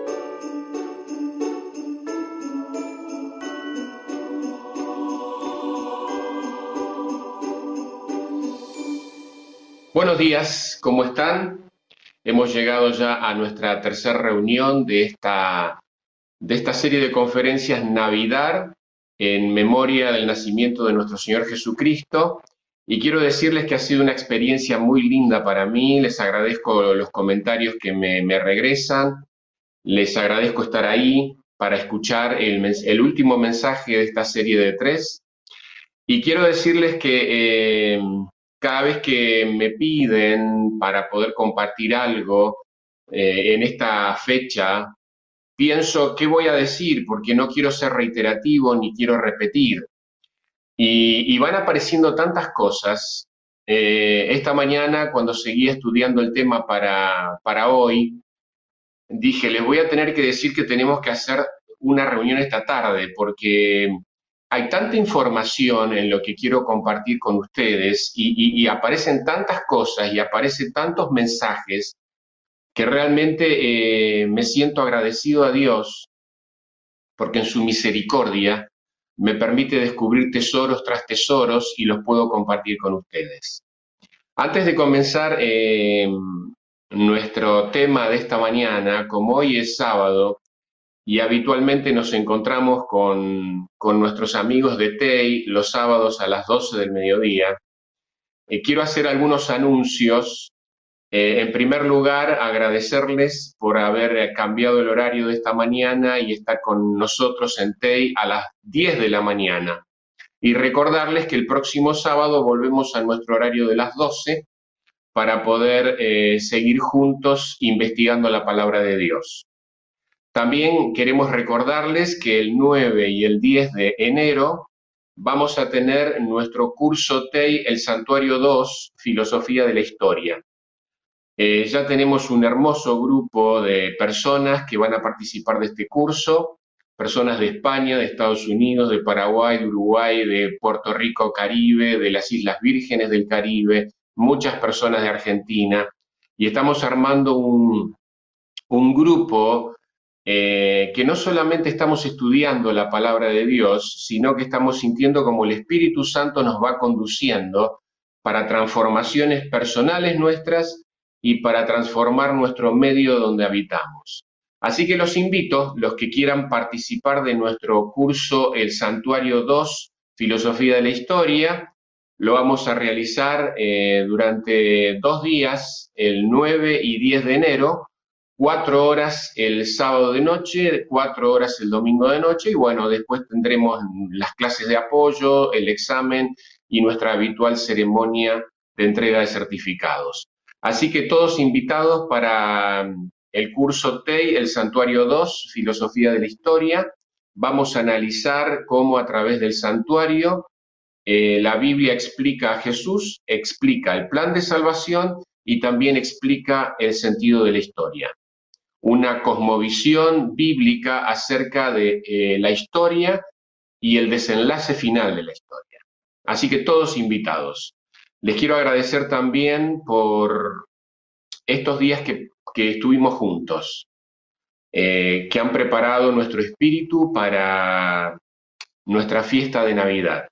Buenos días, ¿cómo están? Hemos llegado ya a nuestra tercera reunión de esta serie de conferencias Navidad en memoria del nacimiento de nuestro Señor Jesucristo. Y quiero decirles que ha sido una experiencia muy linda para mí. Les agradezco los comentarios que me regresan. Les agradezco estar ahí para escuchar el último mensaje de esta serie de tres. Y quiero decirles que cada vez que me piden para poder compartir algo en esta fecha, pienso qué voy a decir, porque no quiero ser reiterativo ni quiero repetir. Y van apareciendo tantas cosas. Esta mañana, cuando seguía estudiando el tema para hoy, dije, les voy a tener que decir que tenemos que hacer una reunión esta tarde, porque hay tanta información en lo que quiero compartir con ustedes y aparecen tantas cosas y aparecen tantos mensajes que realmente me siento agradecido a Dios porque en su misericordia me permite descubrir tesoros tras tesoros y los puedo compartir con ustedes. Antes de comenzar nuestro tema de esta mañana, como hoy es sábado, y habitualmente nos encontramos con nuestros amigos de TEI los sábados a las 12 del mediodía. Quiero hacer algunos anuncios. En primer lugar, agradecerles por haber cambiado el horario de esta mañana y estar con nosotros en TEI a las 10 de la mañana. Y recordarles que el próximo sábado volvemos a nuestro horario de las 12 para poder seguir juntos investigando la palabra de Dios. También queremos recordarles que el 9 y el 10 de enero vamos a tener nuestro curso TEI, el Santuario 2, Filosofía de la Historia. Ya tenemos un hermoso grupo de personas que van a participar de este curso, personas de España, de Estados Unidos, de Paraguay, de Uruguay, de Puerto Rico, Caribe, de las Islas Vírgenes del Caribe, muchas personas de Argentina, y estamos armando un grupo que no solamente estamos estudiando la palabra de Dios, sino que estamos sintiendo como el Espíritu Santo nos va conduciendo para transformaciones personales nuestras y para transformar nuestro medio donde habitamos. Así que los invito, los que quieran participar de nuestro curso El Santuario 2, Filosofía de la Historia, lo vamos a realizar durante 2 días, el 9 y 10 de enero, 4 horas el sábado de noche, 4 horas el domingo de noche, y bueno, después tendremos las clases de apoyo, el examen y nuestra habitual ceremonia de entrega de certificados. Así que todos invitados para el curso TEI, el Santuario 2, Filosofía de la Historia. Vamos a analizar cómo a través del santuario la Biblia explica a Jesús, explica el plan de salvación y también explica el sentido de la historia. Una cosmovisión bíblica acerca de la historia y el desenlace final de la historia. Así que todos invitados. Les quiero agradecer también por estos días que estuvimos juntos, que han preparado nuestro espíritu para nuestra fiesta de Navidad.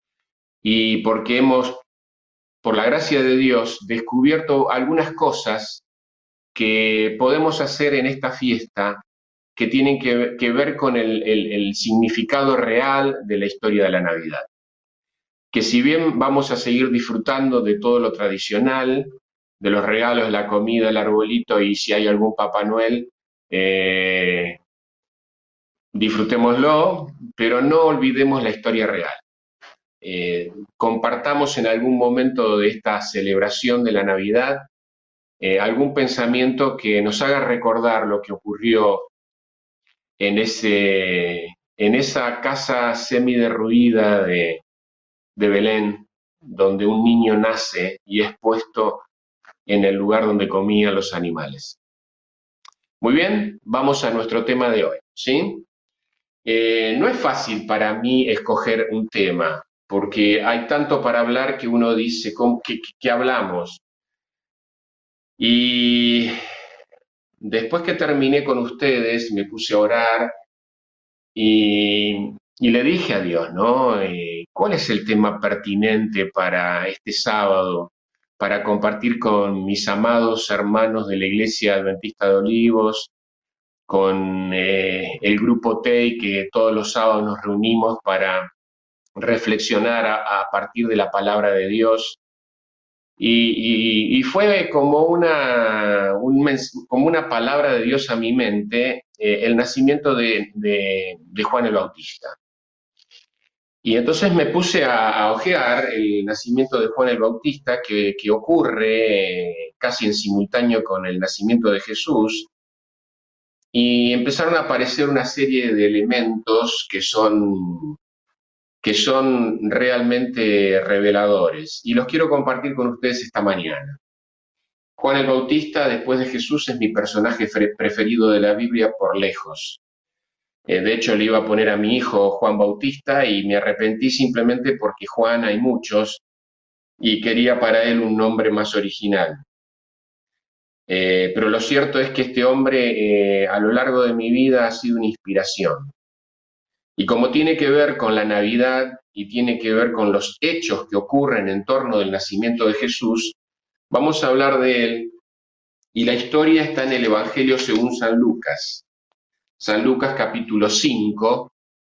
Y porque hemos, por la gracia de Dios, descubierto algunas cosas que podemos hacer en esta fiesta que tienen que ver con el significado real de la historia de la Navidad. Que si bien vamos a seguir disfrutando de todo lo tradicional, de los regalos, la comida, el arbolito y si hay algún Papá Noel, disfrutémoslo, pero no olvidemos la historia real. Compartamos en algún momento de esta celebración de la Navidad algún pensamiento que nos haga recordar lo que ocurrió en esa casa semiderruida de Belén, donde un niño nace y es puesto en el lugar donde comían los animales. Muy bien, vamos a nuestro tema de hoy, ¿sí? No es fácil para mí escoger un tema, porque hay tanto para hablar que uno dice, ¿qué hablamos? Y después que terminé con ustedes, me puse a orar y le dije a Dios, ¿no? ¿Cuál es el tema pertinente para este sábado, para compartir con mis amados hermanos de la Iglesia Adventista de Olivos, con el grupo TEI, que todos los sábados nos reunimos para reflexionar a partir de la palabra de Dios? Y fue como como una palabra de Dios a mi mente, el nacimiento de Juan el Bautista. Y entonces me puse a hojear el nacimiento de Juan el Bautista, que ocurre casi en simultáneo con el nacimiento de Jesús, y empezaron a aparecer una serie de elementos que son realmente reveladores, y los quiero compartir con ustedes esta mañana. Juan el Bautista, después de Jesús, es mi personaje preferido de la Biblia por lejos. De hecho, le iba a poner a mi hijo Juan Bautista y me arrepentí simplemente porque Juan hay muchos y quería para él un nombre más original. Pero lo cierto es que este hombre a lo largo de mi vida ha sido una inspiración. Y como tiene que ver con la Navidad y tiene que ver con los hechos que ocurren en torno del nacimiento de Jesús, vamos a hablar de él. Y la historia está en el Evangelio según San Lucas. San Lucas capítulo 5,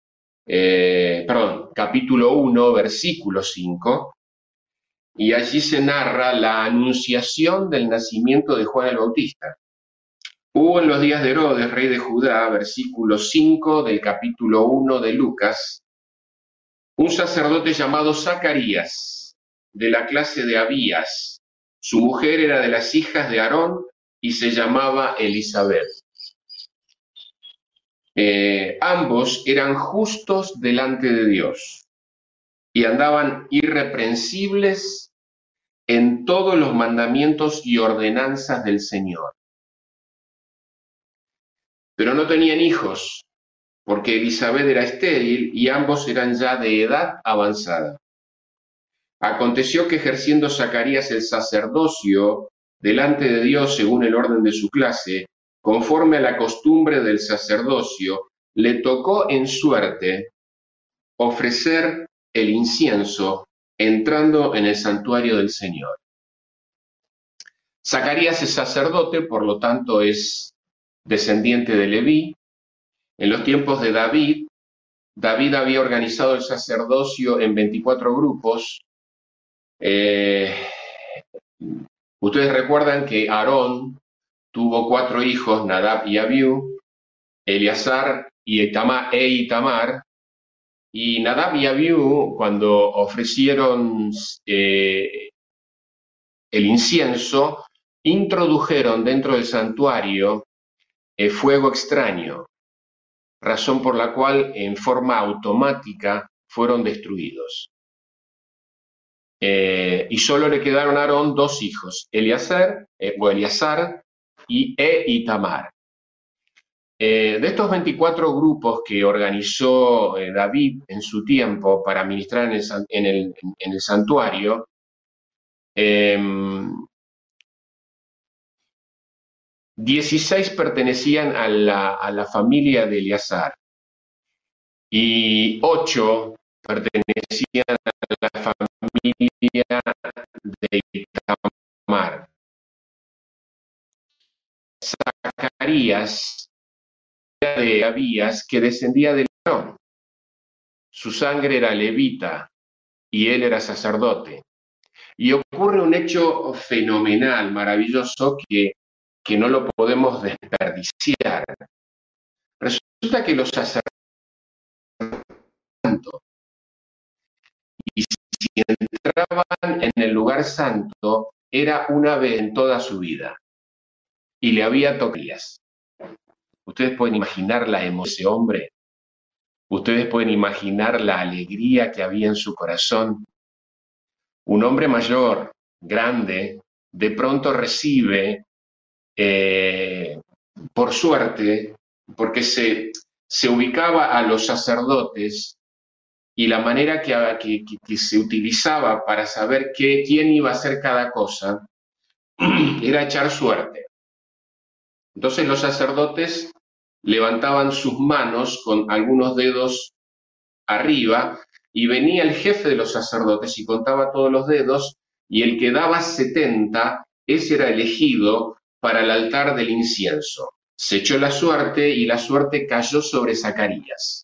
capítulo 1, versículo 5, y allí se narra la anunciación del nacimiento de Juan el Bautista. Hubo en los días de Herodes, rey de Judá, versículo 5 del capítulo 1 de Lucas, un sacerdote llamado Zacarías, de la clase de Abías. Su mujer era de las hijas de Aarón y se llamaba Elizabeth. Ambos eran justos delante de Dios y andaban irreprensibles en todos los mandamientos y ordenanzas del Señor. Pero no tenían hijos, porque Elizabeth era estéril y ambos eran ya de edad avanzada. Aconteció que ejerciendo Zacarías el sacerdocio delante de Dios según el orden de su clase, conforme a la costumbre del sacerdocio, le tocó en suerte ofrecer el incienso entrando en el santuario del Señor. Zacarías es sacerdote, por lo tanto es descendiente de Leví. En los tiempos de David, David había organizado el sacerdocio en 24 grupos. Ustedes recuerdan que Aarón tuvo 4 hijos, Nadab y Abiú, Eleazar y Itamar, y Nadab y Abiú, cuando ofrecieron el incienso, introdujeron dentro del santuario fuego extraño, razón por la cual en forma automática fueron destruidos. Y solo le quedaron a Aarón 2 hijos, Eleazar y Itamar. De estos 24 grupos que organizó David en su tiempo para ministrar en el santuario, 16 pertenecían a la familia de Eleazar y 8 pertenecían a la familia de Itamar. Zacarías de Abías, que descendía de León. Su sangre era levita y él era sacerdote. Y ocurre un hecho fenomenal, maravilloso, que no lo podemos desperdiciar. Resulta que los sacerdotes, y si entraban en el lugar santo, era una vez en toda su vida. Y le había tocado. Ustedes pueden imaginar la emoción de ese hombre. Ustedes pueden imaginar la alegría que había en su corazón. Un hombre mayor, grande, de pronto recibe, por suerte, porque se ubicaba a los sacerdotes y la manera que se utilizaba para saber quién iba a hacer cada cosa era echar suerte. Entonces los sacerdotes levantaban sus manos con algunos dedos arriba y venía el jefe de los sacerdotes y contaba todos los dedos y el que daba 70, ese era elegido para el altar del incienso. Se echó la suerte y la suerte cayó sobre Zacarías.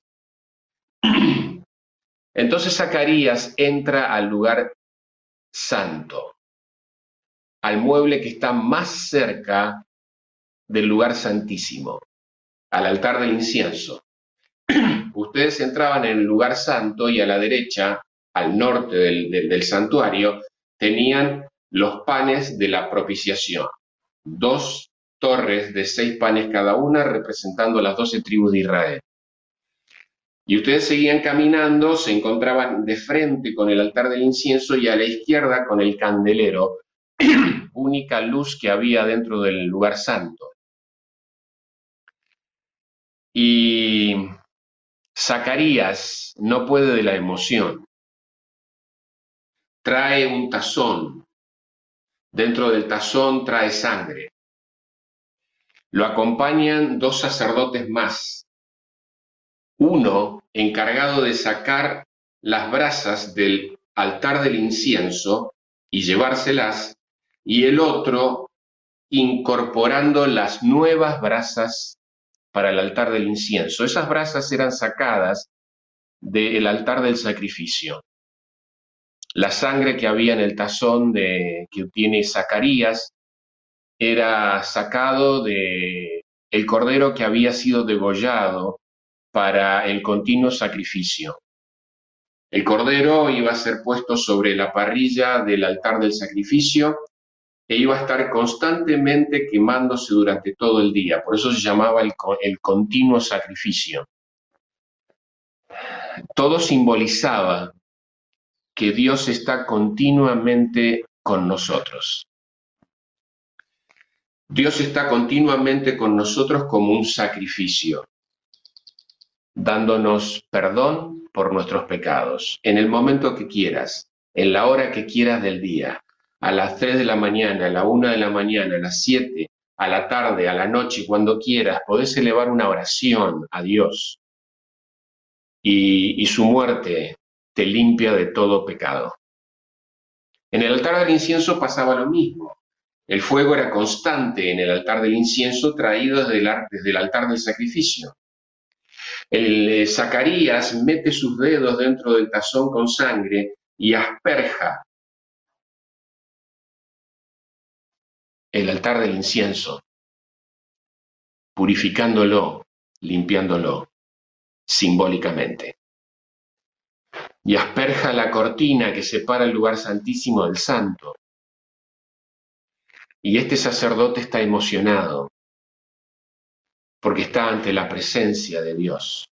Entonces Zacarías entra al lugar santo, al mueble que está más cerca del lugar santísimo, al altar del incienso. Ustedes entraban en el lugar santo y a la derecha, al norte del santuario, tenían los panes de la propiciación, 2 torres de 6 panes cada una representando las 12 tribus de Israel. Y ustedes seguían caminando, se encontraban de frente con el altar del incienso y a la izquierda con el candelero, única luz que había dentro del lugar santo. Y Zacarías no puede de la emoción. Trae un tazón. Dentro del tazón trae sangre. Lo acompañan 2 sacerdotes más. Uno encargado de sacar las brasas del altar del incienso y llevárselas, y el otro incorporando las nuevas brasas para el altar del incienso. Esas brasas eran sacadas del altar del sacrificio. La sangre que había en el tazón que tiene Zacarías era sacado de el cordero que había sido degollado para el continuo sacrificio. El cordero iba a ser puesto sobre la parrilla del altar del sacrificio e iba a estar constantemente quemándose durante todo el día. Por eso se llamaba el continuo sacrificio. Todo simbolizaba que Dios está continuamente con nosotros. Dios está continuamente con nosotros como un sacrificio, dándonos perdón por nuestros pecados, en el momento que quieras, en la hora que quieras del día, a las 3 de la mañana, a la 1 de la mañana, a las 7, a la tarde, a la noche, cuando quieras, podés elevar una oración a Dios y su muerte te limpia de todo pecado. En el altar del incienso pasaba lo mismo. El fuego era constante en el altar del incienso traído desde el altar del sacrificio. El Zacarías mete sus dedos dentro del tazón con sangre y asperja el altar del incienso, purificándolo, limpiándolo, simbólicamente. Y asperja la cortina que separa el lugar santísimo del santo. Y este sacerdote está emocionado porque está ante la presencia de Dios.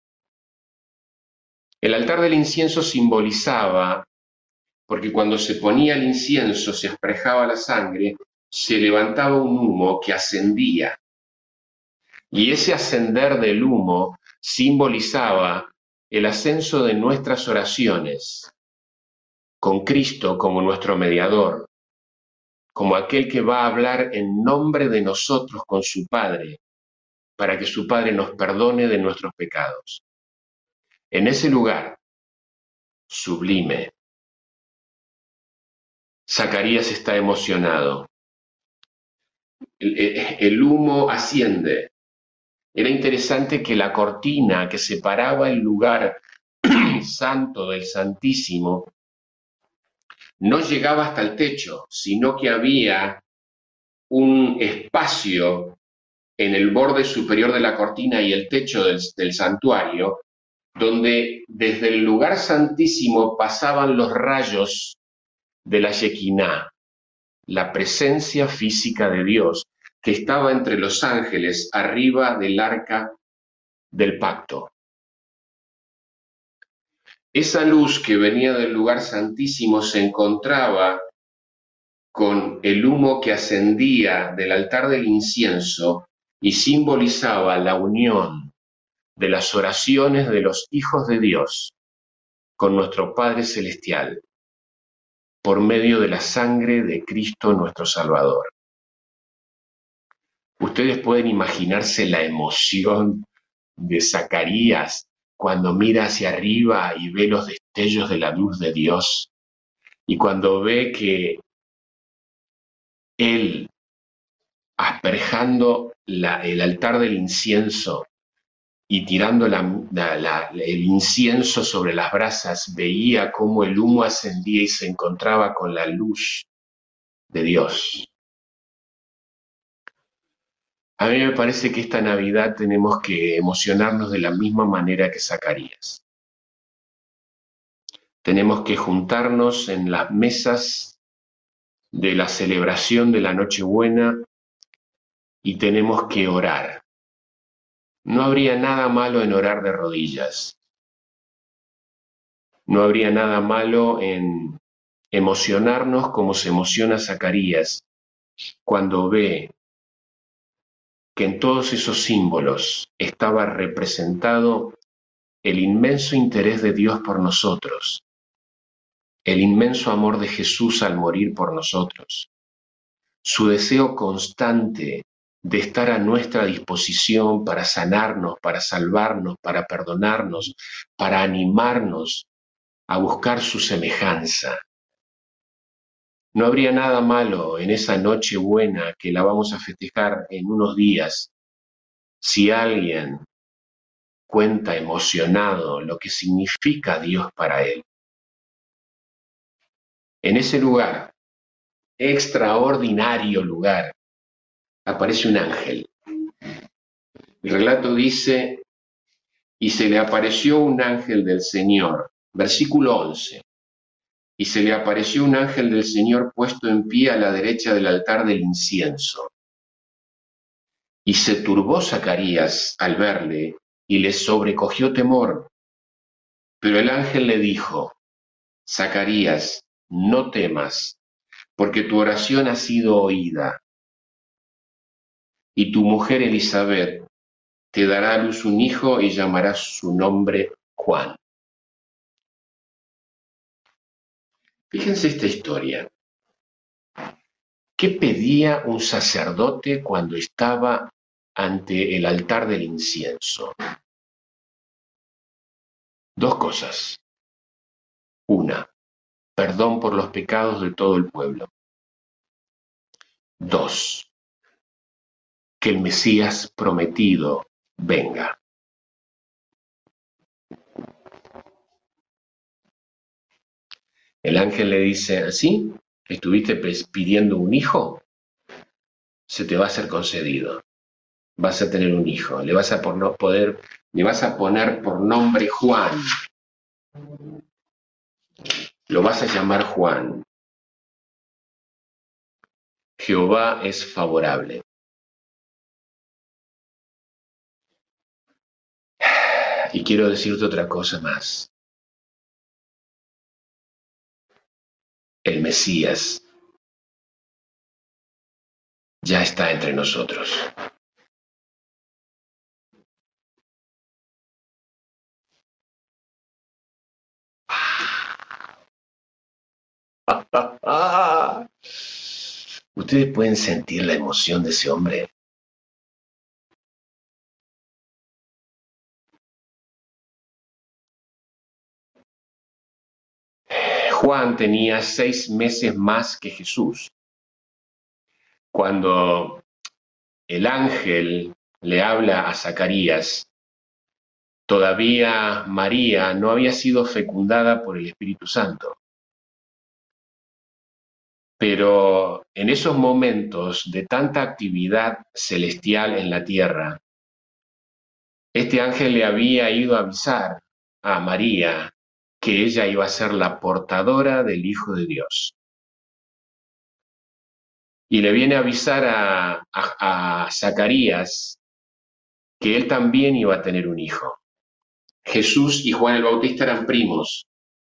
El altar del incienso simbolizaba, porque cuando se ponía el incienso, se asperjaba la sangre, se levantaba un humo que ascendía. Y ese ascender del humo simbolizaba el ascenso de nuestras oraciones, con Cristo como nuestro mediador, como aquel que va a hablar en nombre de nosotros con su Padre, para que su Padre nos perdone de nuestros pecados. En ese lugar sublime, Zacarías está emocionado. El humo asciende. Era interesante que la cortina que separaba el lugar santo del Santísimo no llegaba hasta el techo, sino que había un espacio en el borde superior de la cortina y el techo del santuario, donde desde el lugar santísimo pasaban los rayos de la Shekinah, la presencia física de Dios, que estaba entre los ángeles arriba del arca del pacto. Esa luz que venía del lugar santísimo se encontraba con el humo que ascendía del altar del incienso y simbolizaba la unión de las oraciones de los hijos de Dios con nuestro Padre Celestial por medio de la sangre de Cristo nuestro Salvador. Ustedes pueden imaginarse la emoción de Zacarías cuando mira hacia arriba y ve los destellos de la luz de Dios, y cuando ve que él, asperjando el altar del incienso y tirando el incienso sobre las brasas, veía cómo el humo ascendía y se encontraba con la luz de Dios. A mí me parece que esta Navidad tenemos que emocionarnos de la misma manera que Zacarías. Tenemos que juntarnos en las mesas de la celebración de la Nochebuena y tenemos que orar. No habría nada malo en orar de rodillas. No habría nada malo en emocionarnos como se emociona Zacarías cuando ve que en todos esos símbolos estaba representado el inmenso interés de Dios por nosotros, el inmenso amor de Jesús al morir por nosotros, su deseo constante de estar a nuestra disposición para sanarnos, para salvarnos, para perdonarnos, para animarnos a buscar su semejanza. No habría nada malo en esa noche buena que la vamos a festejar en unos días si alguien cuenta emocionado lo que significa Dios para él. En ese lugar, extraordinario lugar, aparece un ángel. El relato dice, y se le apareció un ángel del Señor, versículo 11, y se le apareció un ángel del Señor puesto en pie a la derecha del altar del incienso. Y se turbó Zacarías al verle, y le sobrecogió temor. Pero el ángel le dijo, Zacarías, no temas, porque tu oración ha sido oída, y tu mujer Elizabeth te dará a luz un hijo y llamarás su nombre Juan. Fíjense esta historia. ¿Qué pedía un sacerdote cuando estaba ante el altar del incienso? Dos cosas. Una, perdón por los pecados de todo el pueblo. Dos, que el Mesías prometido venga. El ángel le dice, ¿así? ¿Estuviste pidiendo un hijo? Se te va a ser concedido. Vas a tener un hijo. Le vas a poner por nombre Juan. Lo vas a llamar Juan. Jehová es favorable. Y quiero decirte otra cosa más. El Mesías ya está entre nosotros. ¿Ustedes pueden sentir la emoción de ese hombre? Juan tenía 6 meses más que Jesús. Cuando el ángel le habla a Zacarías, todavía María no había sido fecundada por el Espíritu Santo. Pero en esos momentos de tanta actividad celestial en la tierra, este ángel le había ido a avisar a María que ella iba a ser la portadora del Hijo de Dios. Y le viene a avisar a Zacarías que él también iba a tener un hijo. Jesús y Juan el Bautista eran primos.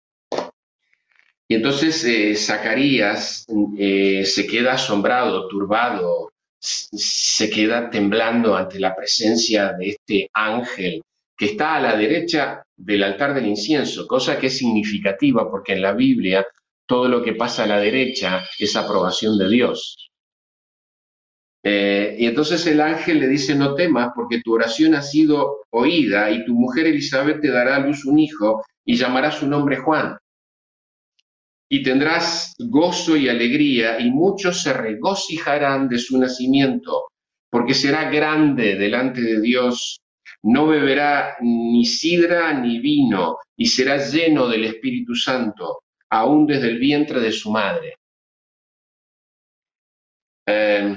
Y entonces Zacarías se queda asombrado, turbado, se queda temblando ante la presencia de este ángel que está a la derecha del altar del incienso, cosa que es significativa porque en la Biblia todo lo que pasa a la derecha es aprobación de Dios. Y entonces el ángel le dice, no temas, porque tu oración ha sido oída, y tu mujer Elizabeth te dará a luz un hijo, y llamará su nombre Juan. Y tendrás gozo y alegría, y muchos se regocijarán de su nacimiento, porque será grande delante de Dios. No beberá ni sidra ni vino, y será lleno del Espíritu Santo, aún desde el vientre de su madre. Eh,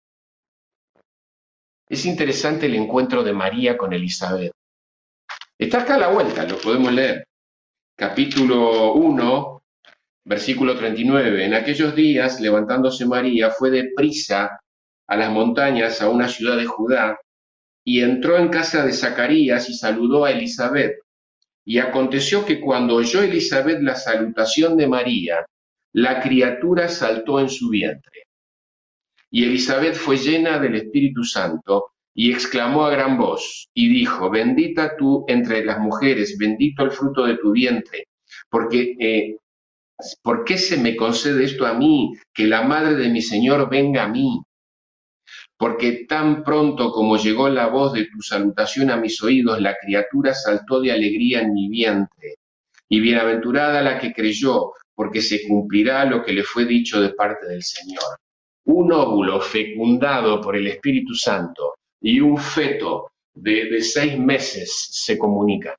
es interesante el encuentro de María con Elizabeth. Está acá a la vuelta, lo podemos leer. Capítulo 1, versículo 39. En aquellos días, levantándose María, fue deprisa a las montañas, a una ciudad de Judá, y entró en casa de Zacarías y saludó a Elizabeth. Y aconteció que cuando oyó Elizabeth la salutación de María, la criatura saltó en su vientre. Y Elizabeth fue llena del Espíritu Santo y exclamó a gran voz y dijo, bendita tú entre las mujeres, bendito el fruto de tu vientre, porque ¿por qué se me concede esto a mí, que la madre de mi Señor venga a mí? Porque tan pronto como llegó la voz de tu salutación a mis oídos, la criatura saltó de alegría en mi vientre. Y bienaventurada la que creyó, porque se cumplirá lo que le fue dicho de parte del Señor. Un óvulo fecundado por el Espíritu Santo y un feto de 6 meses se comunican.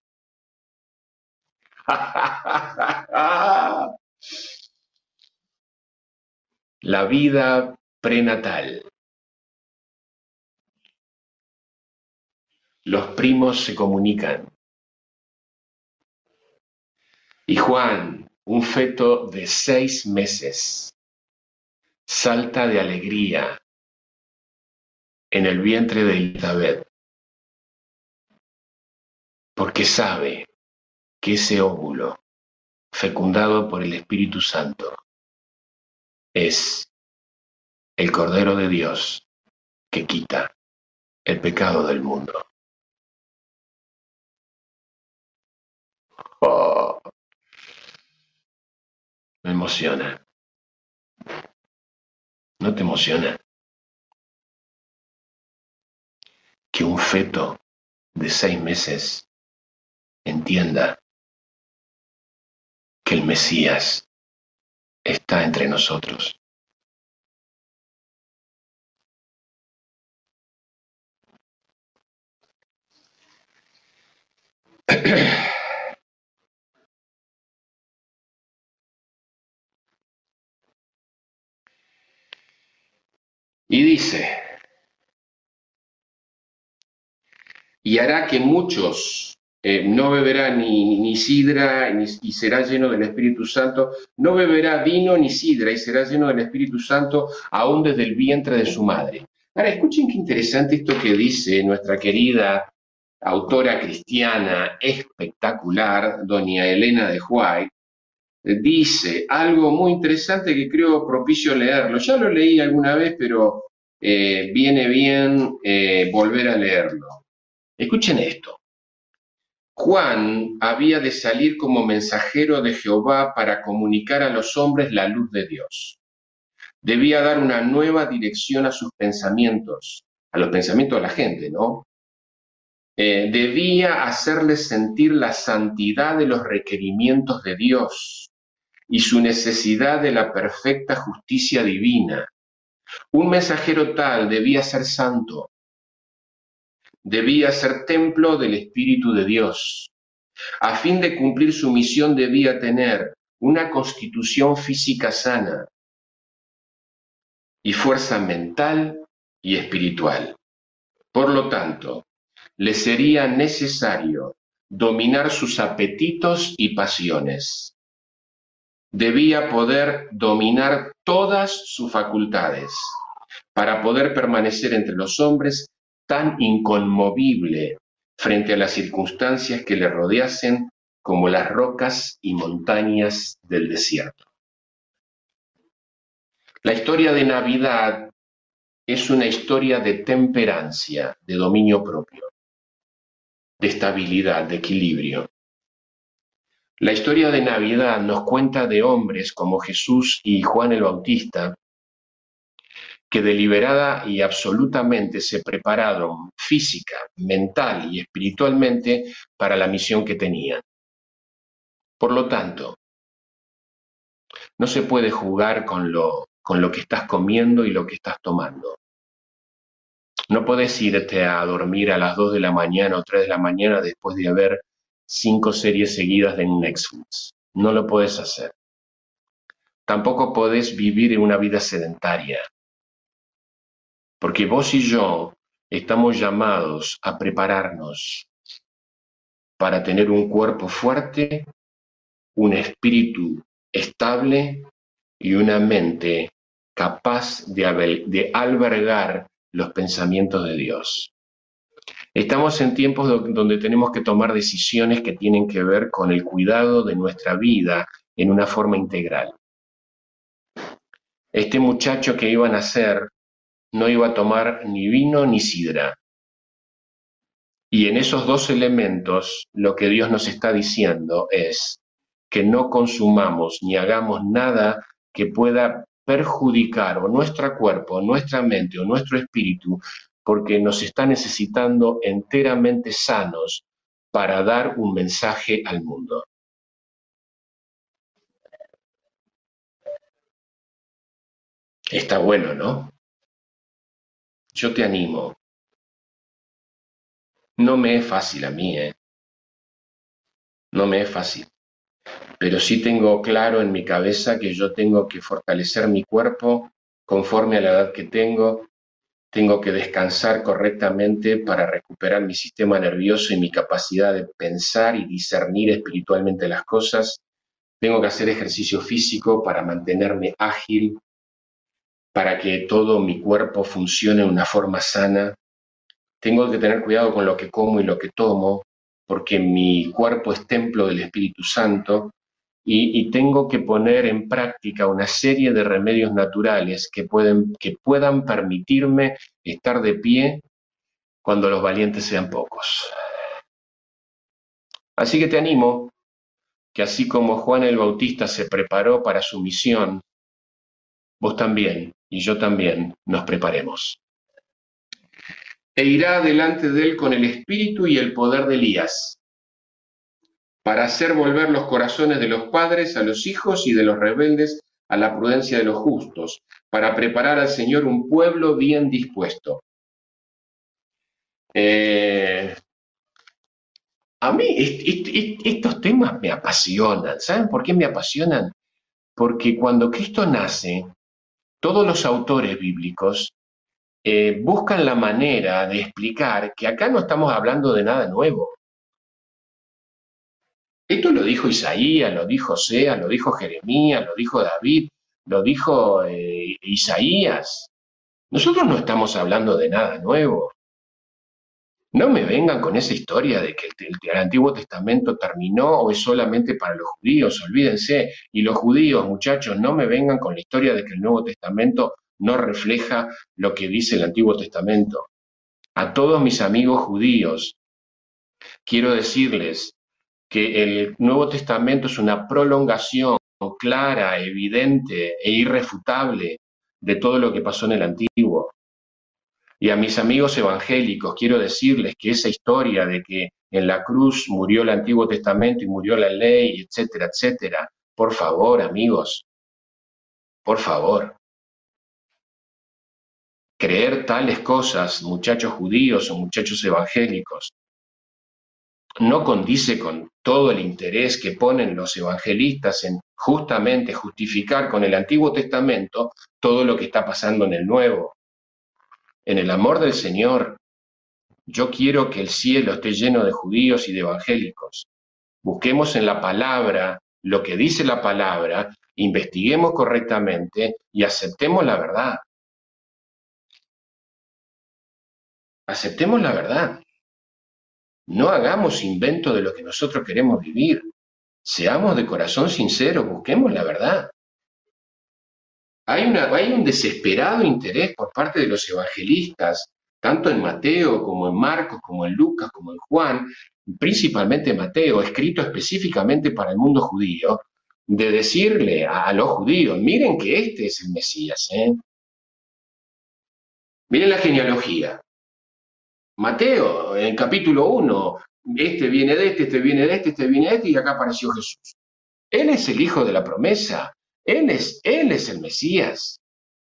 La vida prenatal. Los primos se comunican. Y Juan, un feto de 6 meses, salta de alegría en el vientre de Elizabeth, porque sabe que ese óvulo, fecundado por el Espíritu Santo, es el Cordero de Dios que quita el pecado del mundo. Oh, me emociona. ¿No te emociona que un feto de 6 meses entienda que el Mesías está entre nosotros? Y dice, y hará que muchos no beberá ni sidra y será lleno del Espíritu Santo, no beberá vino ni sidra y será lleno del Espíritu Santo aún desde el vientre de su madre. Ahora, escuchen qué interesante esto que dice nuestra querida autora cristiana espectacular, doña Elena de White. Dice algo muy interesante que creo propicio leerlo. Ya lo leí alguna vez, pero viene bien volver a leerlo. Escuchen esto. Juan había de salir como mensajero de Jehová para comunicar a los hombres la luz de Dios. Debía dar una nueva dirección a sus pensamientos, a los pensamientos de la gente, ¿no? Debía hacerles sentir la santidad de los requerimientos de Dios y su necesidad de la perfecta justicia divina. Un mensajero tal debía ser santo, debía ser templo del Espíritu de Dios. A fin de cumplir su misión debía tener una constitución física sana y fuerza mental y espiritual. Por lo tanto, le sería necesario dominar sus apetitos y pasiones. Debía poder dominar todas sus facultades para poder permanecer entre los hombres tan inconmovible frente a las circunstancias que le rodeasen como las rocas y montañas del desierto. La historia de Navidad es una historia de temperancia, de dominio propio, de estabilidad, de equilibrio. La historia de Navidad nos cuenta de hombres como Jesús y Juan el Bautista que deliberada y absolutamente se prepararon física, mental y espiritualmente para la misión que tenían. Por lo tanto, no se puede jugar con lo que estás comiendo y lo que estás tomando. No podés irte a dormir a las 2 de la mañana o 3 de la mañana después de ver 5 series seguidas de Netflix. No lo podés hacer. Tampoco podés vivir en una vida sedentaria, porque vos y yo estamos llamados a prepararnos para tener un cuerpo fuerte, un espíritu estable y una mente capaz de albergar los pensamientos de Dios. Estamos en tiempos donde tenemos que tomar decisiones que tienen que ver con el cuidado de nuestra vida en una forma integral. Este muchacho que iba a nacer no iba a tomar ni vino ni sidra. Y en esos dos elementos lo que Dios nos está diciendo es que no consumamos ni hagamos nada que pueda perjudicar o nuestro cuerpo, o nuestra mente o nuestro espíritu, porque nos está necesitando enteramente sanos para dar un mensaje al mundo. Está bueno, ¿no? Yo te animo. No me es fácil a mí, ¿eh? No me es fácil. Pero sí tengo claro en mi cabeza que yo tengo que fortalecer mi cuerpo conforme a la edad que tengo que descansar correctamente para recuperar mi sistema nervioso y mi capacidad de pensar y discernir espiritualmente las cosas, tengo que hacer ejercicio físico para mantenerme ágil, para que todo mi cuerpo funcione de una forma sana, tengo que tener cuidado con lo que como y lo que tomo, porque mi cuerpo es templo del Espíritu Santo, y tengo que poner en práctica una serie de remedios naturales que puedan permitirme estar de pie cuando los valientes sean pocos. Así que te animo que así como Juan el Bautista se preparó para su misión, vos también y yo también nos preparemos. E irá delante de él con el espíritu y el poder de Elías, para hacer volver los corazones de los padres a los hijos y de los rebeldes a la prudencia de los justos, para preparar al Señor un pueblo bien dispuesto. A mí estos temas me apasionan. ¿Saben por qué me apasionan? Porque cuando Cristo nace, todos los autores bíblicos buscan la manera de explicar que acá no estamos hablando de nada nuevo. Esto lo dijo Isaías, lo dijo Oseas, lo dijo Jeremías, lo dijo David, lo dijo Isaías. Nosotros no estamos hablando de nada nuevo. No me vengan con esa historia de que el Antiguo Testamento terminó o es solamente para los judíos, olvídense. Y los judíos, muchachos, no me vengan con la historia de que el Nuevo Testamento no refleja lo que dice el Antiguo Testamento. A todos mis amigos judíos, quiero decirles que el Nuevo Testamento es una prolongación clara, evidente e irrefutable de todo lo que pasó en el Antiguo. Y a mis amigos evangélicos quiero decirles que esa historia de que en la cruz murió el Antiguo Testamento y murió la ley, etcétera, etcétera, por favor, amigos, por favor. Creer tales cosas, muchachos judíos o muchachos evangélicos, no condice con todo el interés que ponen los evangelistas en justamente justificar con el Antiguo Testamento todo lo que está pasando en el Nuevo. En el amor del Señor, yo quiero que el cielo esté lleno de judíos y de evangélicos. Busquemos en la palabra lo que dice la palabra, investiguemos correctamente y aceptemos la verdad. Aceptemos la verdad. No hagamos invento de lo que nosotros queremos vivir. Seamos de corazón sinceros, busquemos la verdad. Hay un desesperado interés por parte de los evangelistas, tanto en Mateo como en Marcos, como en Lucas, como en Juan, principalmente Mateo, escrito específicamente para el mundo judío, de decirle a los judíos, miren que este es el Mesías, ¿eh? Miren la genealogía. Mateo, en capítulo 1, este viene de este viene de este viene de este, y acá apareció Jesús. Él es el hijo de la promesa. Él es el Mesías.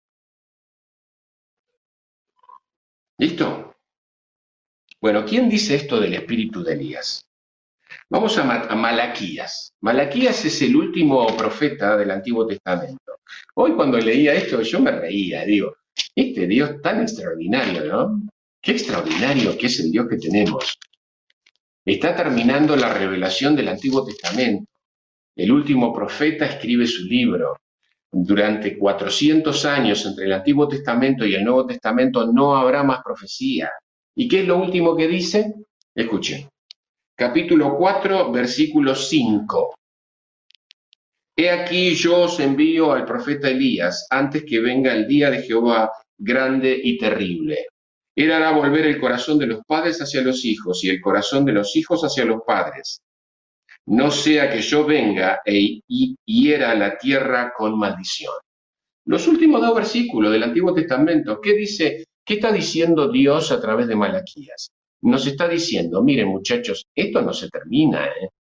¿Listo? Bueno, ¿quién dice esto del espíritu de Elías? Vamos a Malaquías. Malaquías es el último profeta del Antiguo Testamento. Hoy cuando leía esto yo me reía, digo, este Dios tan extraordinario, ¿no? Qué extraordinario que es el Dios que tenemos. Está terminando la revelación del Antiguo Testamento. El último profeta escribe su libro. Durante 400 años entre el Antiguo Testamento y el Nuevo Testamento no habrá más profecía. ¿Y qué es lo último que dice? Escuchen. Capítulo 4, versículo 5. He aquí yo os envío al profeta Elías antes que venga el día de Jehová grande y terrible. Él hará volver el corazón de los padres hacia los hijos y el corazón de los hijos hacia los padres. No sea que yo venga e hiera la tierra con maldición. Los últimos dos versículos del Antiguo Testamento, ¿qué dice? ¿Qué está diciendo Dios a través de Malaquías? Nos está diciendo, miren muchachos, esto no se termina,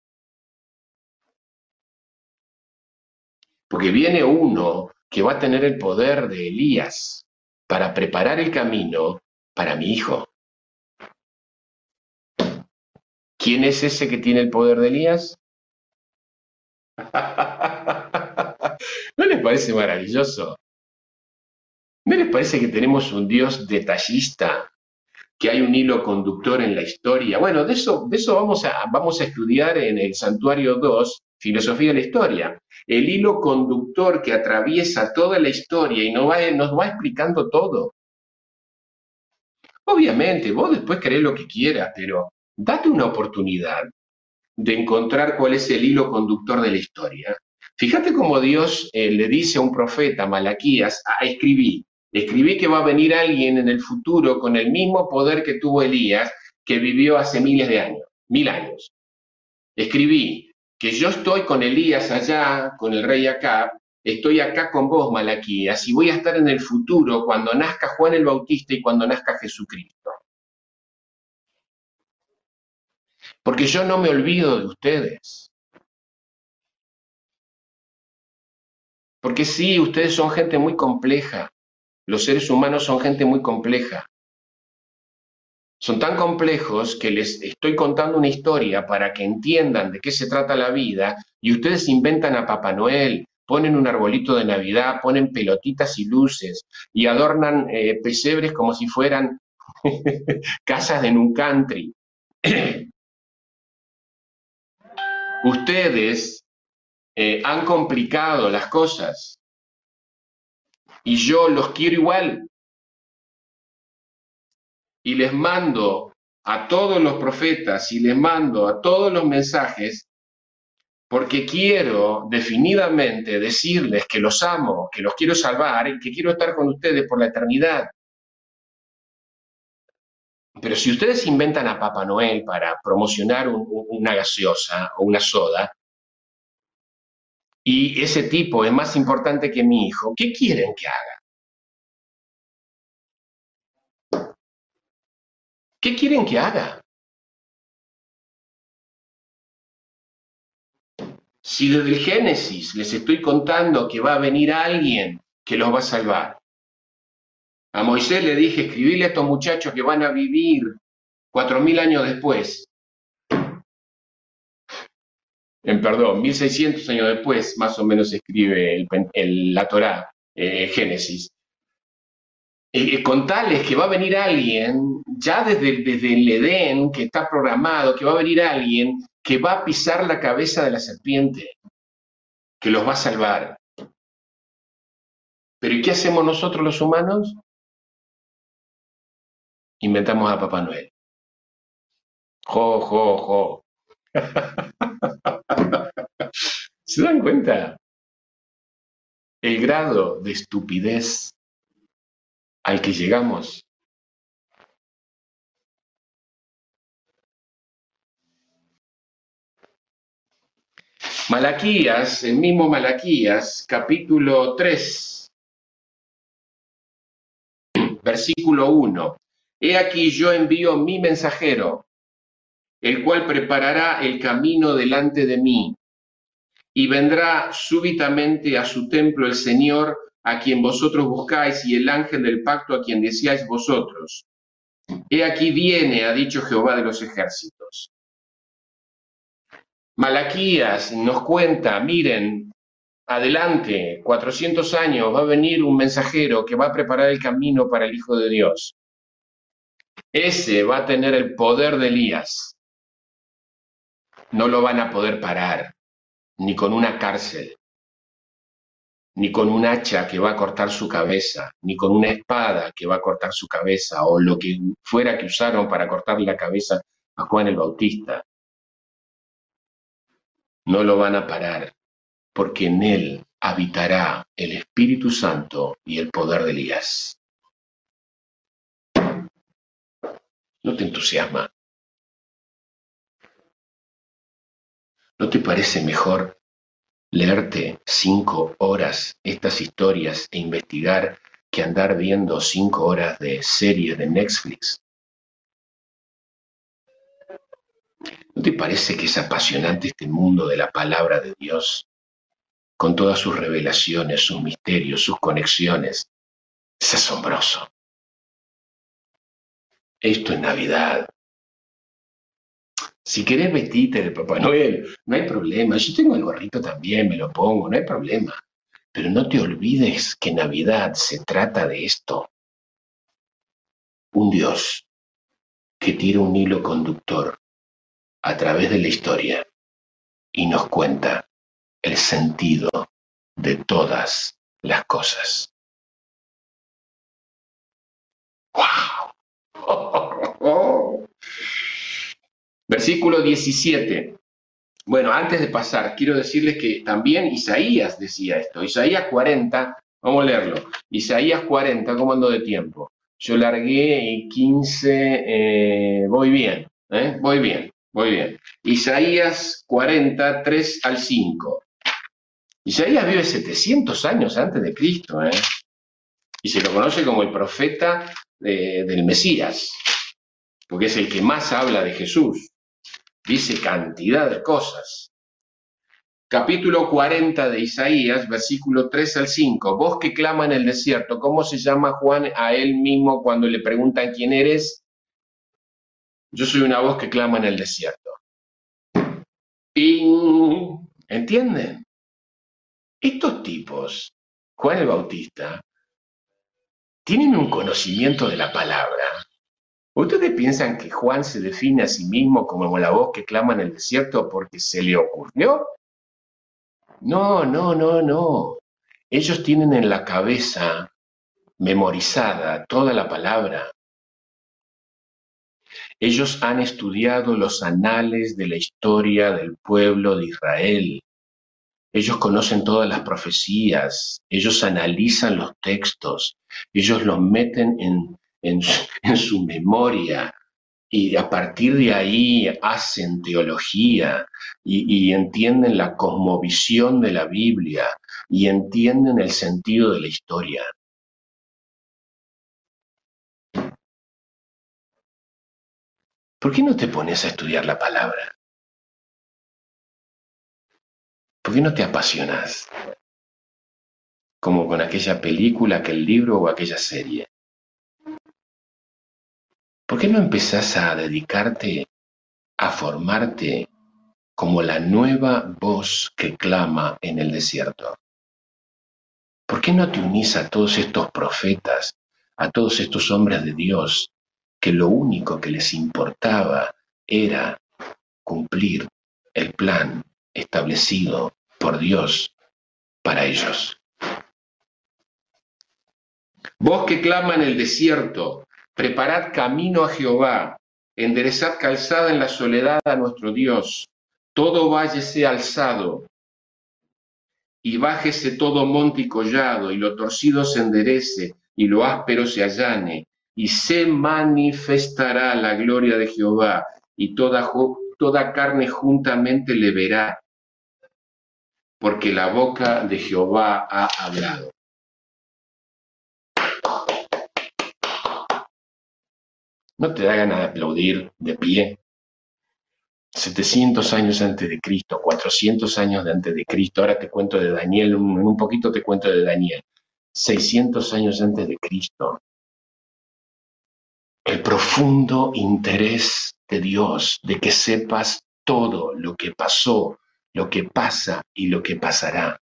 porque viene uno que va a tener el poder de Elías para preparar el camino para mi hijo. ¿Quién es ese que tiene el poder de Elías? ¿No les parece maravilloso? ¿No les parece que tenemos un Dios detallista? Que hay un hilo conductor en la historia. Bueno, de eso vamos a estudiar en el Santuario 2, Filosofía de la Historia. El hilo conductor que atraviesa toda la historia y nos va explicando todo. Obviamente, vos después querés lo que quieras, pero date una oportunidad de encontrar cuál es el hilo conductor de la historia. Fíjate cómo Dios le dice a un profeta, Malaquías, escribí que va a venir alguien en el futuro con el mismo poder que tuvo Elías, que vivió hace miles de años, 1000 años. Escribí que yo estoy con Elías allá, con el rey Acab, estoy acá con vos, Malaquías, y voy a estar en el futuro cuando nazca Juan el Bautista y cuando nazca Jesucristo. Porque yo no me olvido de ustedes. Porque sí, ustedes son gente muy compleja. Los seres humanos son gente muy compleja. Son tan complejos que les estoy contando una historia para que entiendan de qué se trata la vida y ustedes inventan a Papá Noel, ponen un arbolito de Navidad, ponen pelotitas y luces y adornan pesebres como si fueran casas de un country. Ustedes han complicado las cosas y yo los quiero igual. Y les mando a todos los profetas y les mando a todos los mensajes porque quiero definidamente decirles que los amo, que los quiero salvar y que quiero estar con ustedes por la eternidad. Pero si ustedes inventan a Papá Noel para promocionar una gaseosa o una soda, y ese tipo es más importante que mi hijo, ¿qué quieren que haga? ¿Qué quieren que haga? Si desde el Génesis les estoy contando que va a venir alguien que los va a salvar. A Moisés le dije, escribile a estos muchachos que van a vivir 4000 años después. Perdón, 1600 años después, más o menos escribe la Torá, Génesis. Contarles que va a venir alguien, ya desde el Edén, que está programado, que va a venir alguien que va a pisar la cabeza de la serpiente, que los va a salvar. Pero ¿y qué hacemos nosotros los humanos? Inventamos a Papá Noel. Jo, jo, jo. ¿Se dan cuenta? El grado de estupidez al que llegamos. Malaquías, el mismo Malaquías, capítulo 3, versículo 1. He aquí yo envío mi mensajero, el cual preparará el camino delante de mí, y vendrá súbitamente a su templo el Señor, a quien vosotros buscáis, y el ángel del pacto a quien decíais vosotros. He aquí viene, ha dicho Jehová de los ejércitos. Malaquías nos cuenta, miren, adelante, 400 años, va a venir un mensajero que va a preparar el camino para el Hijo de Dios. Ese va a tener el poder de Elías. No lo van a poder parar, ni con una cárcel, ni con un hacha que va a cortar su cabeza, ni con una espada que va a cortar su cabeza, o lo que fuera que usaron para cortar la cabeza a Juan el Bautista. No lo van a parar, porque en él habitará el Espíritu Santo y el poder de Elías. ¿No te entusiasma? ¿No te parece mejor leerte 5 horas estas historias e investigar que andar viendo 5 horas de series de Netflix? ¿No te parece que es apasionante este mundo de la palabra de Dios? Con todas sus revelaciones, sus misterios, sus conexiones. Es asombroso. Esto es Navidad. Si querés vestirte de Papá Noel, no hay problema. Yo tengo el gorrito también, me lo pongo, no hay problema. Pero no te olvides que Navidad se trata de esto. Un Dios que tira un hilo conductor a través de la historia y nos cuenta el sentido de todas las cosas. ¡Wow! Versículo 17. Bueno, antes de pasar, quiero decirles que también Isaías decía esto. Isaías 40, vamos a leerlo. Isaías 40, ¿cómo ando de tiempo? Yo largué 15, voy bien, voy bien. Isaías 40, 3 al 5. Isaías vive 700 años antes de Cristo, y se lo conoce como el profeta del Mesías, porque es el que más habla de Jesús. Dice cantidad de cosas. Capítulo 40 de Isaías, versículo 3 al 5. Voz que clama en el desierto. ¿Cómo se llama Juan a él mismo cuando le preguntan quién eres? Yo soy una voz que clama en el desierto. ¿Entienden? Estos tipos, Juan el Bautista, tienen un conocimiento de la palabra. ¿Ustedes piensan que Juan se define a sí mismo como la voz que clama en el desierto porque se le ocurrió? No. Ellos tienen en la cabeza memorizada toda la palabra. Ellos han estudiado los anales de la historia del pueblo de Israel. Ellos conocen todas las profecías. Ellos analizan los textos. Ellos los meten en su memoria. Y a partir de ahí hacen teología y entienden la cosmovisión de la Biblia y entienden el sentido de la historia. ¿Por qué no te pones a estudiar la palabra? ¿Por qué no te apasionas? Como con aquella película, aquel libro o aquella serie. ¿Por qué no empezás a dedicarte a formarte como la nueva voz que clama en el desierto? ¿Por qué no te unís a todos estos profetas, a todos estos hombres de Dios, que lo único que les importaba era cumplir el plan establecido por Dios para ellos? Vos que clama en el desierto, preparad camino a Jehová, enderezad calzada en la soledad a nuestro Dios, todo valle sea alzado, y bájese todo monte y collado, y lo torcido se enderece, y lo áspero se allane, y se manifestará la gloria de Jehová, y toda carne juntamente le verá, porque la boca de Jehová ha hablado. ¿No te da ganas de aplaudir de pie? 700 años antes de Cristo, 400 años de antes de Cristo, ahora te cuento de Daniel, en un poquito te cuento de Daniel, 600 años antes de Cristo. El profundo interés de Dios de que sepas todo lo que pasó, lo que pasa y lo que pasará.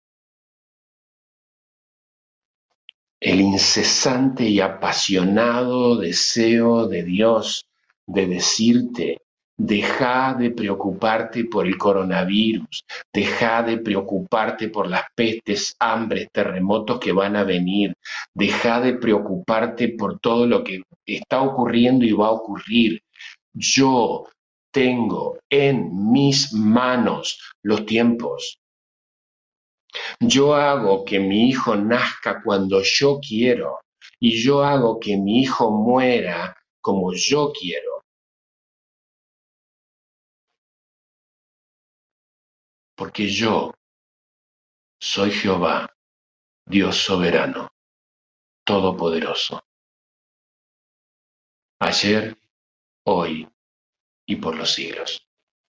El incesante y apasionado deseo de Dios de decirte, deja de preocuparte por el coronavirus, deja de preocuparte por las pestes, hambres, terremotos que van a venir, deja de preocuparte por todo lo que está ocurriendo y va a ocurrir. Yo tengo en mis manos los tiempos. Yo hago que mi hijo nazca cuando yo quiero y yo hago que mi hijo muera como yo quiero. Porque yo soy Jehová, Dios soberano, todopoderoso. Ayer, hoy y por los siglos.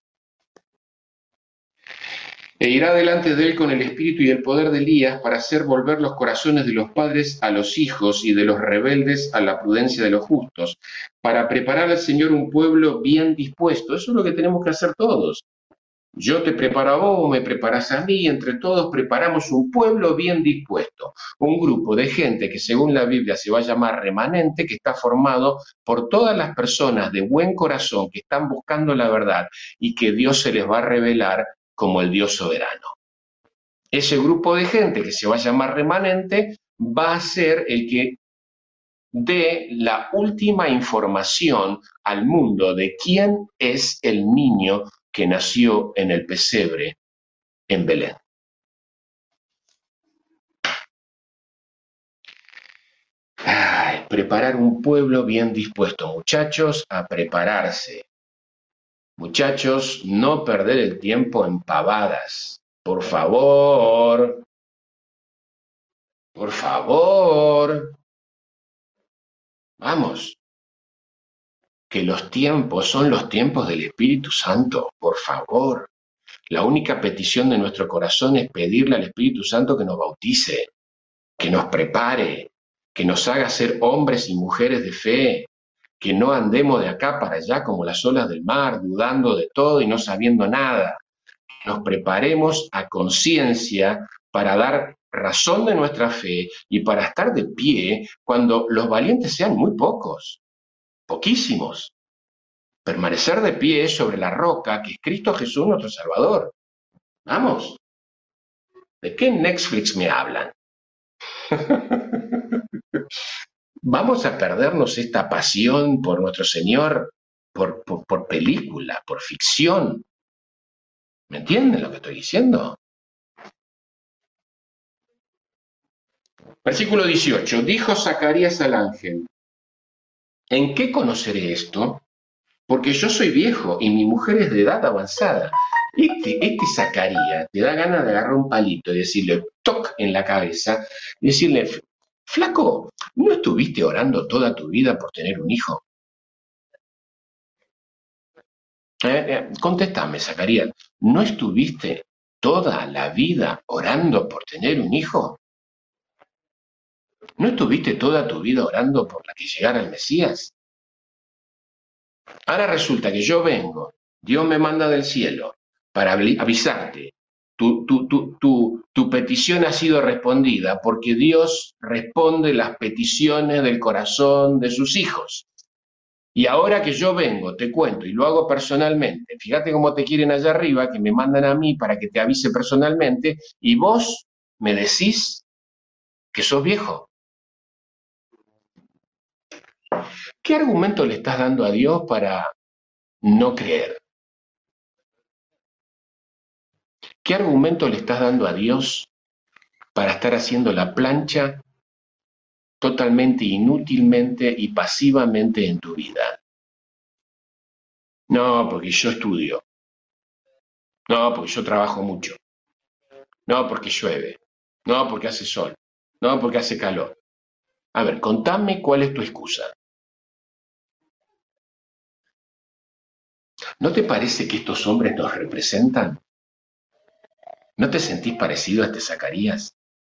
E irá delante de él con el espíritu y el poder de Elías para hacer volver los corazones de los padres a los hijos y de los rebeldes a la prudencia de los justos, para preparar al Señor un pueblo bien dispuesto. Eso es lo que tenemos que hacer todos. Yo te preparo a vos, me preparás a mí, entre todos preparamos un pueblo bien dispuesto, un grupo de gente que según la Biblia se va a llamar remanente, que está formado por todas las personas de buen corazón que están buscando la verdad y que Dios se les va a revelar como el Dios soberano. Ese grupo de gente que se va a llamar remanente va a ser el que dé la última información al mundo de quién es el niño que nació en el pesebre en Belén. Ay, preparar un pueblo bien dispuesto, muchachos, a prepararse. Muchachos, no perder el tiempo en pavadas. Por favor. Por favor. Vamos. Que los tiempos son los tiempos del Espíritu Santo. Por favor. La única petición de nuestro corazón es pedirle al Espíritu Santo que nos bautice, que nos prepare, que nos haga ser hombres y mujeres de fe, que no andemos de acá para allá como las olas del mar, dudando de todo y no sabiendo nada. Nos preparemos a conciencia para dar razón de nuestra fe y para estar de pie cuando los valientes sean muy pocos, poquísimos. Permanecer de pie sobre la roca que es Cristo Jesús nuestro Salvador. Vamos. ¿De qué Netflix me hablan? Vamos a perdernos esta pasión por nuestro Señor, por película, por ficción. ¿Me entienden lo que estoy diciendo? Versículo 18. Dijo Zacarías al ángel, ¿en qué conoceré esto? Porque yo soy viejo y mi mujer es de edad avanzada. Este Zacarías te da ganas de agarrar un palito y decirle toc en la cabeza y decirle, flaco, ¿no estuviste orando toda tu vida por tener un hijo? Contéstame, Zacarías, ¿no estuviste toda la vida orando por tener un hijo? ¿No estuviste toda tu vida orando por la que llegara el Mesías? Ahora resulta que yo vengo, Dios me manda del cielo para avisarte, tu petición ha sido respondida porque Dios responde las peticiones del corazón de sus hijos. Y ahora que yo vengo, te cuento y lo hago personalmente, fíjate cómo te quieren allá arriba, que me mandan a mí para que te avise personalmente, y vos me decís que sos viejo. ¿Qué argumento le estás dando a Dios para no creer? ¿Qué argumento le estás dando a Dios para estar haciendo la plancha totalmente inútilmente y pasivamente en tu vida? No, porque yo estudio. No, porque yo trabajo mucho. No, porque llueve. No, porque hace sol. No, porque hace calor. A ver, contame cuál es tu excusa. ¿No te parece que estos hombres nos representan? ¿No te sentís parecido a este Zacarías?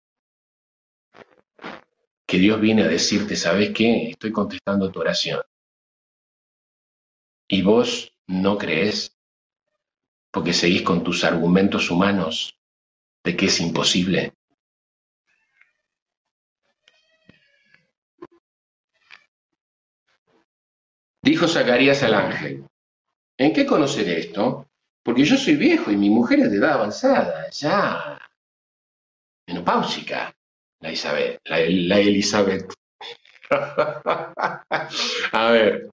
Que Dios viene a decirte, ¿sabes qué? Estoy contestando tu oración. Y vos no creés porque seguís con tus argumentos humanos de que es imposible. Dijo Zacarías al ángel, ¿en qué conoceré esto? Porque yo soy viejo y mi mujer es de edad avanzada, ya menopáusica, la Elizabeth. A ver,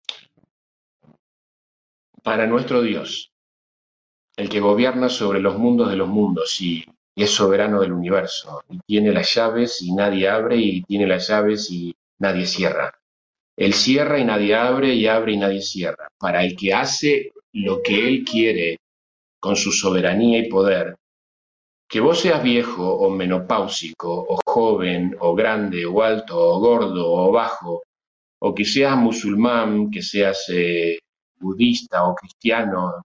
para nuestro Dios, el que gobierna sobre los mundos de los mundos y es soberano del universo, y tiene las llaves y nadie abre, y tiene las llaves y nadie cierra. Él cierra y nadie abre, y abre y nadie cierra. Para el que hace lo que él quiere con su soberanía y poder, que vos seas viejo o menopáusico, o joven, o grande, o alto, o gordo, o bajo, o que seas musulmán, que seas budista o cristiano,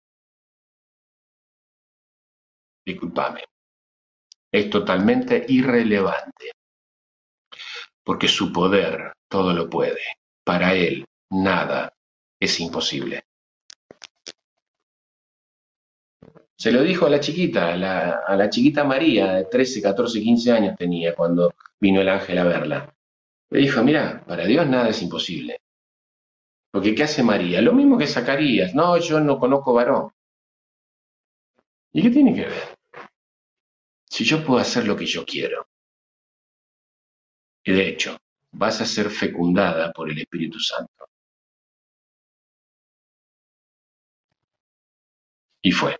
discúlpame, es totalmente irrelevante, porque su poder todo lo puede. Para él nada es imposible. Se lo dijo a la chiquita, a la chiquita María, de 13, 14, 15 años tenía cuando vino el ángel a verla. Le dijo, mira, para Dios nada es imposible. Porque ¿qué hace María? Lo mismo que Zacarías. No, yo no conozco varón. ¿Y qué tiene que ver? Si yo puedo hacer lo que yo quiero. Y de hecho, vas a ser fecundada por el Espíritu Santo. Y fue.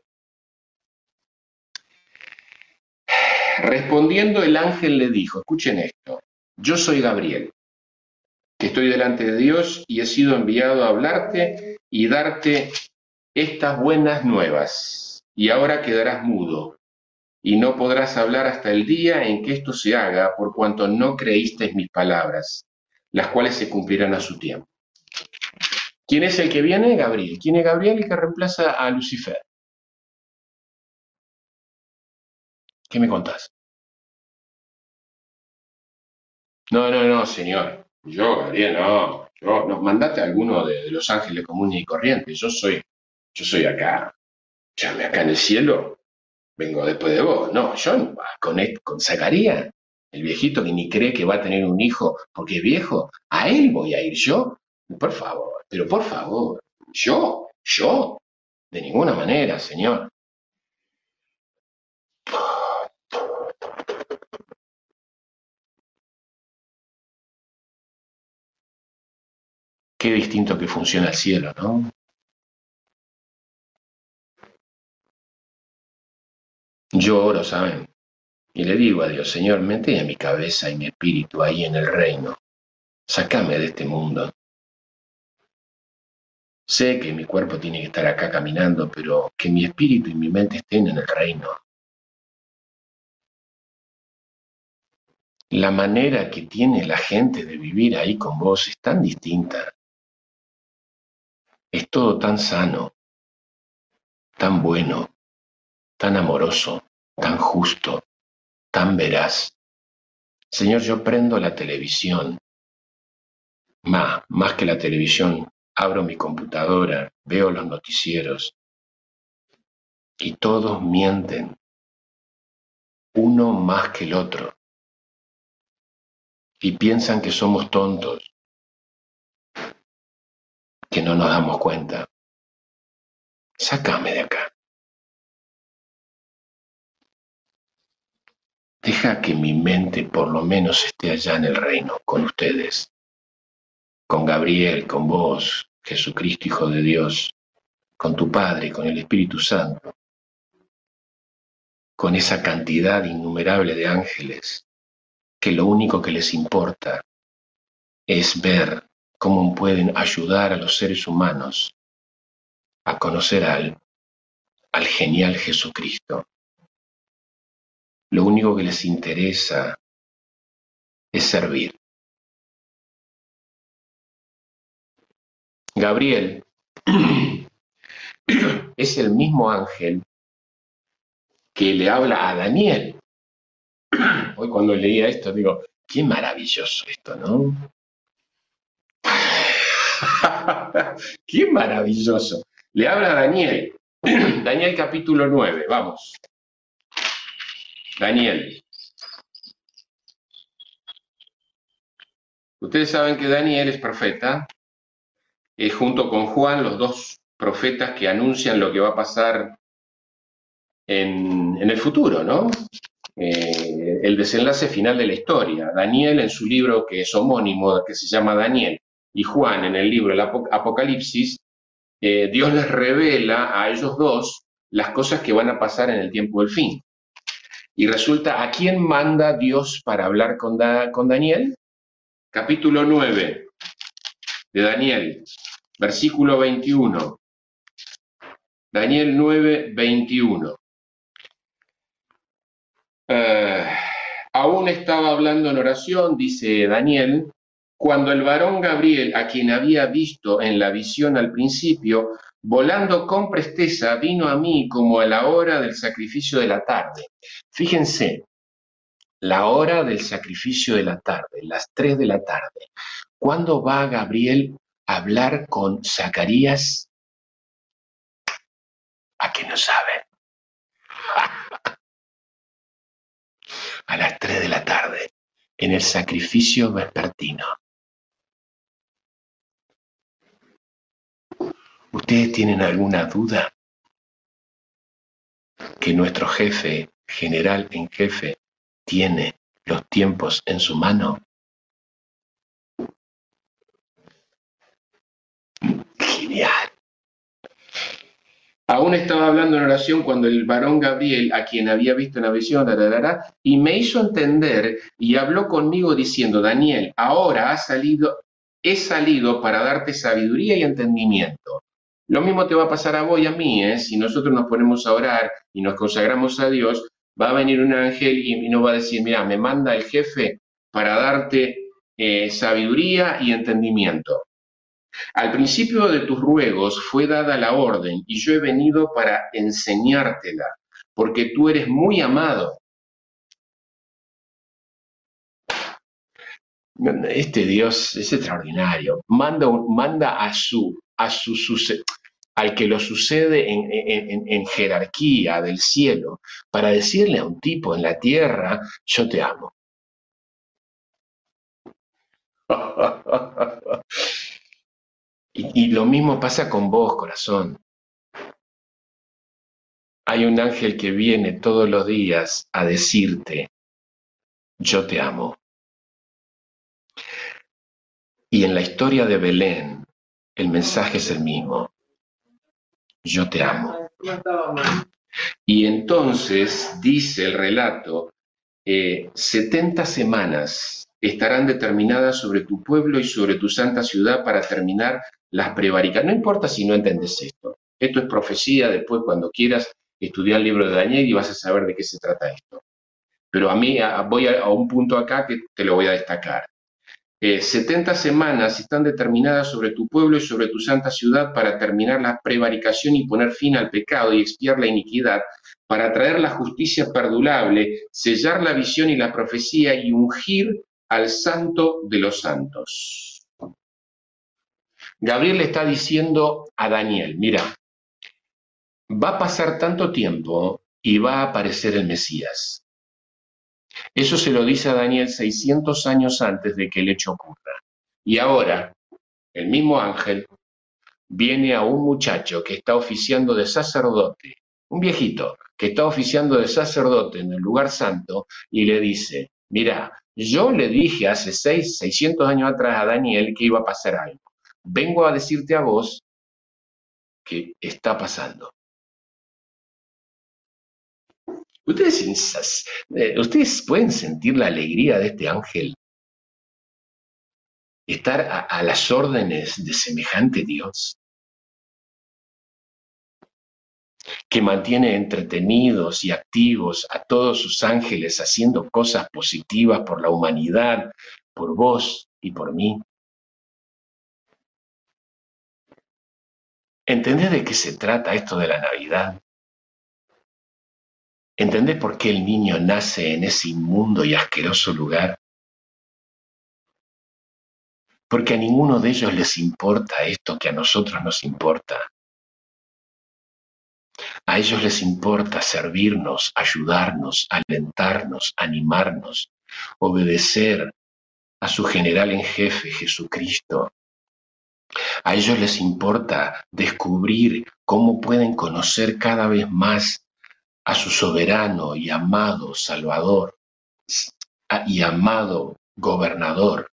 Respondiendo el ángel le dijo, escuchen esto, yo soy Gabriel, que estoy delante de Dios y he sido enviado a hablarte y darte estas buenas nuevas. Y ahora quedarás mudo y no podrás hablar hasta el día en que esto se haga, por cuanto no creísteis mis palabras, las cuales se cumplirán a su tiempo. ¿Quién es el que viene? Gabriel. ¿Quién es Gabriel? El que reemplaza a Lucifer. ¿Qué me contás? No, no, no, señor. Yo, Gabriel, no. Yo, no, mandate a alguno de los ángeles comunes y corrientes. Yo soy acá. Llame acá en el cielo. Vengo después de vos. No, yo no, con Zacarías, el viejito que ni cree que va a tener un hijo porque es viejo. A él voy a ir yo. Por favor, pero por favor. Yo, de ninguna manera, señor. Qué distinto que funciona el cielo, ¿no? Yo oro, ¿saben? Y le digo a Dios, Señor, mete en mi cabeza y mi espíritu ahí en el reino. Sácame de este mundo. Sé que mi cuerpo tiene que estar acá caminando, pero que mi espíritu y mi mente estén en el reino. La manera que tiene la gente de vivir ahí con vos es tan distinta. Es todo tan sano, tan bueno, tan amoroso, tan justo, tan veraz. Señor, yo prendo la televisión, más que la televisión, abro mi computadora, veo los noticieros y todos mienten, uno más que el otro, y piensan que somos tontos, que no nos damos cuenta. Sácame de acá. Deja que mi mente por lo menos esté allá en el reino, con ustedes, con Gabriel, con vos, Jesucristo, Hijo de Dios, con tu Padre, con el Espíritu Santo, con esa cantidad innumerable de ángeles, que lo único que les importa es ver cómo pueden ayudar a los seres humanos a conocer al genial Jesucristo. Lo único que les interesa es servir. Gabriel es el mismo ángel que le habla a Daniel. Hoy cuando leía esto digo, qué maravilloso esto, ¿no? Qué maravilloso. Le habla a Daniel. Daniel capítulo 9, vamos. Daniel. Ustedes saben que Daniel es profeta, junto con Juan, los dos profetas que anuncian lo que va a pasar en el futuro, ¿no? El desenlace final de la historia. Daniel en su libro que es homónimo, que se llama Daniel, y Juan en el libro el Apocalipsis, Dios les revela a ellos dos las cosas que van a pasar en el tiempo del fin. Y resulta, ¿a quién manda Dios para hablar con Daniel? Capítulo 9 de Daniel, versículo 21. Daniel 9, 21. Aún estaba hablando en oración, dice Daniel, cuando el varón Gabriel, a quien había visto en la visión al principio, volando con presteza, vino a mí como a la hora del sacrificio de la tarde. Fíjense, la hora del sacrificio de la tarde, las 3 de la tarde. ¿Cuándo va Gabriel a hablar con Zacarías? ¿A que no saben? A las 3 de la tarde, en el sacrificio vespertino. ¿Ustedes tienen alguna duda que nuestro jefe, general en jefe, tiene los tiempos en su mano? Genial. Aún estaba hablando en oración cuando el varón Gabriel, a quien había visto en la visión, y me hizo entender y habló conmigo diciendo, Daniel, ahora he salido para darte sabiduría y entendimiento. Lo mismo te va a pasar a vos y a mí, ¿eh? Si nosotros nos ponemos a orar y nos consagramos a Dios, va a venir un ángel y nos va a decir, mira, me manda el jefe para darte sabiduría y entendimiento. Al principio de tus ruegos fue dada la orden y yo he venido para enseñártela, porque tú eres muy amado. Este Dios es extraordinario. Manda al que lo sucede en jerarquía del cielo para decirle a un tipo en la tierra, yo te amo. Y lo mismo pasa con vos, corazón. Hay un ángel que viene todos los días a decirte, yo te amo. Y en la historia de Belén, el mensaje es el mismo, yo te amo. Y entonces, dice el relato, 70 semanas estarán determinadas sobre tu pueblo y sobre tu santa ciudad para terminar las prevaricaciones. No importa si no entendés esto. Esto es profecía, después cuando quieras estudiar el libro de Daniel y vas a saber de qué se trata esto. Pero voy a un punto acá que te lo voy a destacar. 70 semanas están determinadas sobre tu pueblo y sobre tu santa ciudad para terminar la prevaricación y poner fin al pecado y expiar la iniquidad, para traer la justicia perdurable, sellar la visión y la profecía y ungir al santo de los santos. Gabriel le está diciendo a Daniel, mira, va a pasar tanto tiempo y va a aparecer el Mesías. Eso se lo dice a Daniel 600 años antes de que el hecho ocurra. Y ahora, el mismo ángel viene a un muchacho que está oficiando de sacerdote, un viejito que está oficiando de sacerdote en el lugar santo y le dice, mira, yo le dije hace 600 años atrás a Daniel que iba a pasar algo. Vengo a decirte a vos que está pasando. Ustedes pueden sentir la alegría de este ángel, estar a las órdenes de semejante Dios, que mantiene entretenidos y activos a todos sus ángeles haciendo cosas positivas por la humanidad, por vos y por mí. ¿Entendés de qué se trata esto de la Navidad? ¿Entendés por qué el niño nace en ese inmundo y asqueroso lugar? Porque a ninguno de ellos les importa esto que a nosotros nos importa. A ellos les importa servirnos, ayudarnos, alentarnos, animarnos, obedecer a su general en jefe, Jesucristo. A ellos les importa descubrir cómo pueden conocer cada vez más a su soberano y amado Salvador y amado Gobernador.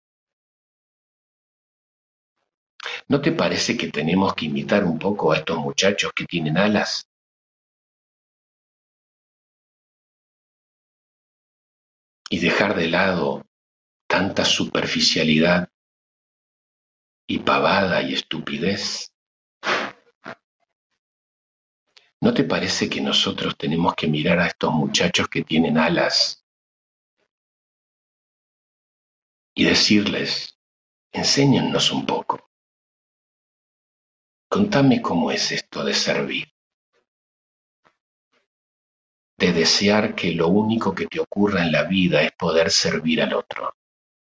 ¿No te parece que tenemos que imitar un poco a estos muchachos que tienen alas? Y dejar de lado tanta superficialidad y pavada y estupidez. ¿No te parece que nosotros tenemos que mirar a estos muchachos que tienen alas y decirles, enséñennos un poco? Contame cómo es esto de servir, de desear que lo único que te ocurra en la vida es poder servir al otro.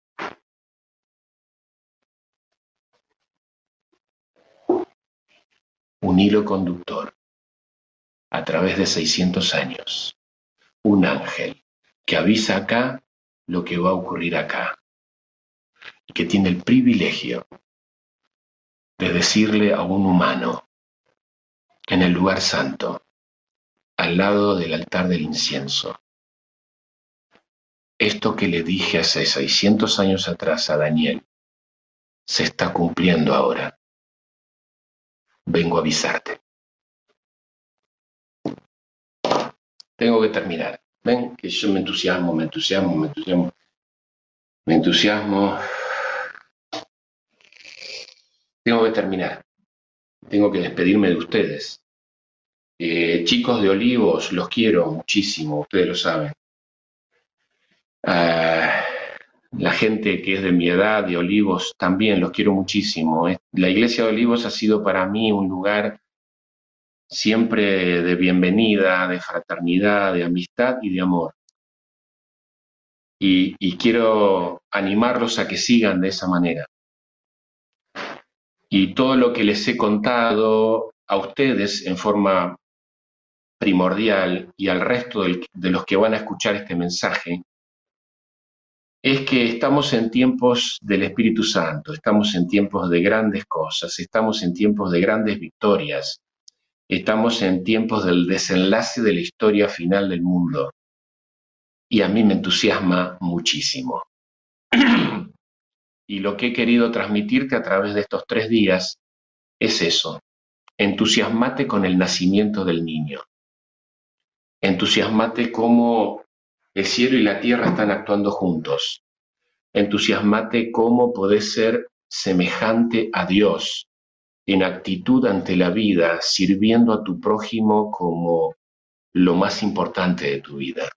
Un hilo conductor a través de 600 años. Un ángel que avisa acá lo que va a ocurrir acá y que tiene el privilegio de decirle a un humano en el lugar santo, al lado del altar del incienso, esto que le dije hace 600 años atrás a Daniel, se está cumpliendo ahora. Vengo a avisarte. Tengo que terminar. Ven que yo me entusiasmo. Tengo que terminar. Tengo que despedirme de ustedes. Chicos de Olivos, los quiero muchísimo, ustedes lo saben. La gente que es de mi edad, de Olivos, también los quiero muchísimo. La iglesia de Olivos ha sido para mí un lugar siempre de bienvenida, de fraternidad, de amistad y de amor. Y quiero animarlos a que sigan de esa manera. Y todo lo que les he contado a ustedes en forma primordial y al resto de los que van a escuchar este mensaje, es que estamos en tiempos del Espíritu Santo, estamos en tiempos de grandes cosas, estamos en tiempos de grandes victorias, estamos en tiempos del desenlace de la historia final del mundo. Y a mí me entusiasma muchísimo. Y lo que he querido transmitirte a través de estos 3 días es eso. Entusiasmate con el nacimiento del niño. Entusiasmate cómo el cielo y la tierra están actuando juntos. Entusiasmate cómo podés ser semejante a Dios en actitud ante la vida, sirviendo a tu prójimo como lo más importante de tu vida.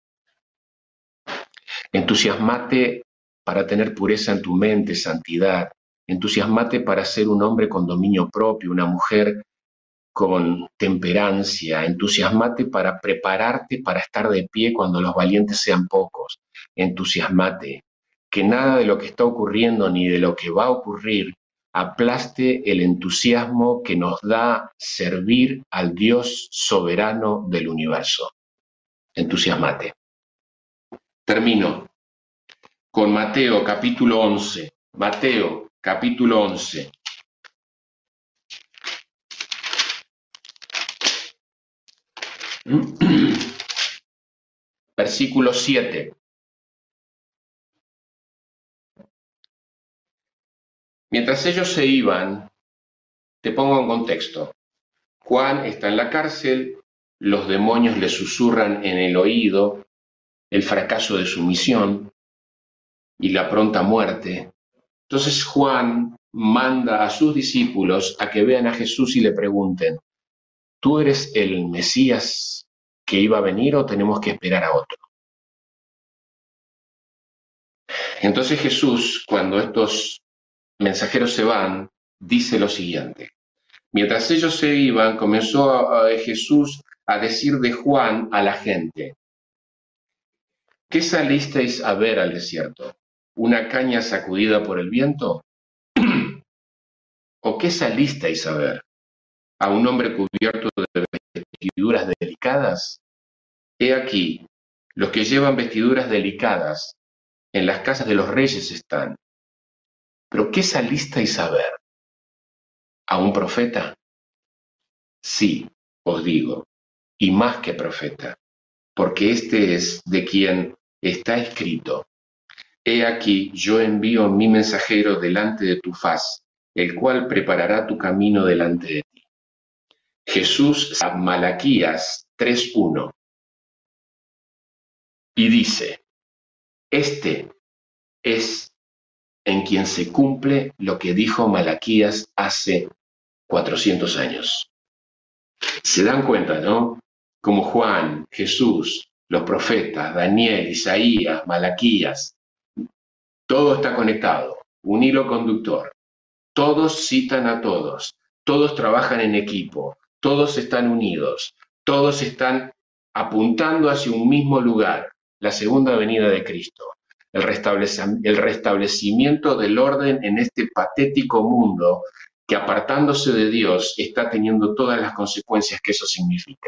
Entusiasmate para tener pureza en tu mente, santidad. Entusiasmate para ser un hombre con dominio propio, una mujer con temperancia. Entusiasmate para prepararte para estar de pie cuando los valientes sean pocos. Entusiasmate. Que nada de lo que está ocurriendo ni de lo que va a ocurrir aplaste el entusiasmo que nos da servir al Dios soberano del universo. Entusiasmate. Termino con Mateo capítulo 11. Mateo capítulo 11. Versículo 7. Mientras ellos se iban, te pongo en contexto. Juan está en la cárcel, los demonios le susurran en el oído el fracaso de su misión y la pronta muerte. Entonces Juan manda a sus discípulos a que vean a Jesús y le pregunten, ¿tú eres el Mesías que iba a venir o tenemos que esperar a otro? Entonces Jesús, cuando estos mensajeros se van, dice lo siguiente, Mientras ellos se iban, comenzó Jesús a decir de Juan a la gente: ¿qué salisteis a ver al desierto? ¿Una caña sacudida por el viento? ¿O qué salisteis a ver? ¿A un hombre cubierto de vestiduras delicadas? He aquí, los que llevan vestiduras delicadas en las casas de los reyes están. ¿Pero qué salisteis a ver? ¿A un profeta? Sí, os digo, y más que profeta, porque este es de quien está escrito: He aquí, yo envío mi mensajero delante de tu faz, el cual preparará tu camino delante de ti. Jesús a Malaquías 3:1 y dice: Este es en quien se cumple lo que dijo Malaquías hace 400 años. Se dan cuenta, ¿no? Como Juan, Jesús, los profetas, Daniel, Isaías, Malaquías, todo está conectado, un hilo conductor. Todos citan a todos, todos trabajan en equipo, todos están unidos, todos están apuntando hacia un mismo lugar: la segunda venida de Cristo, el restablecimiento del orden en este patético mundo que, apartándose de Dios, está teniendo todas las consecuencias que eso significa.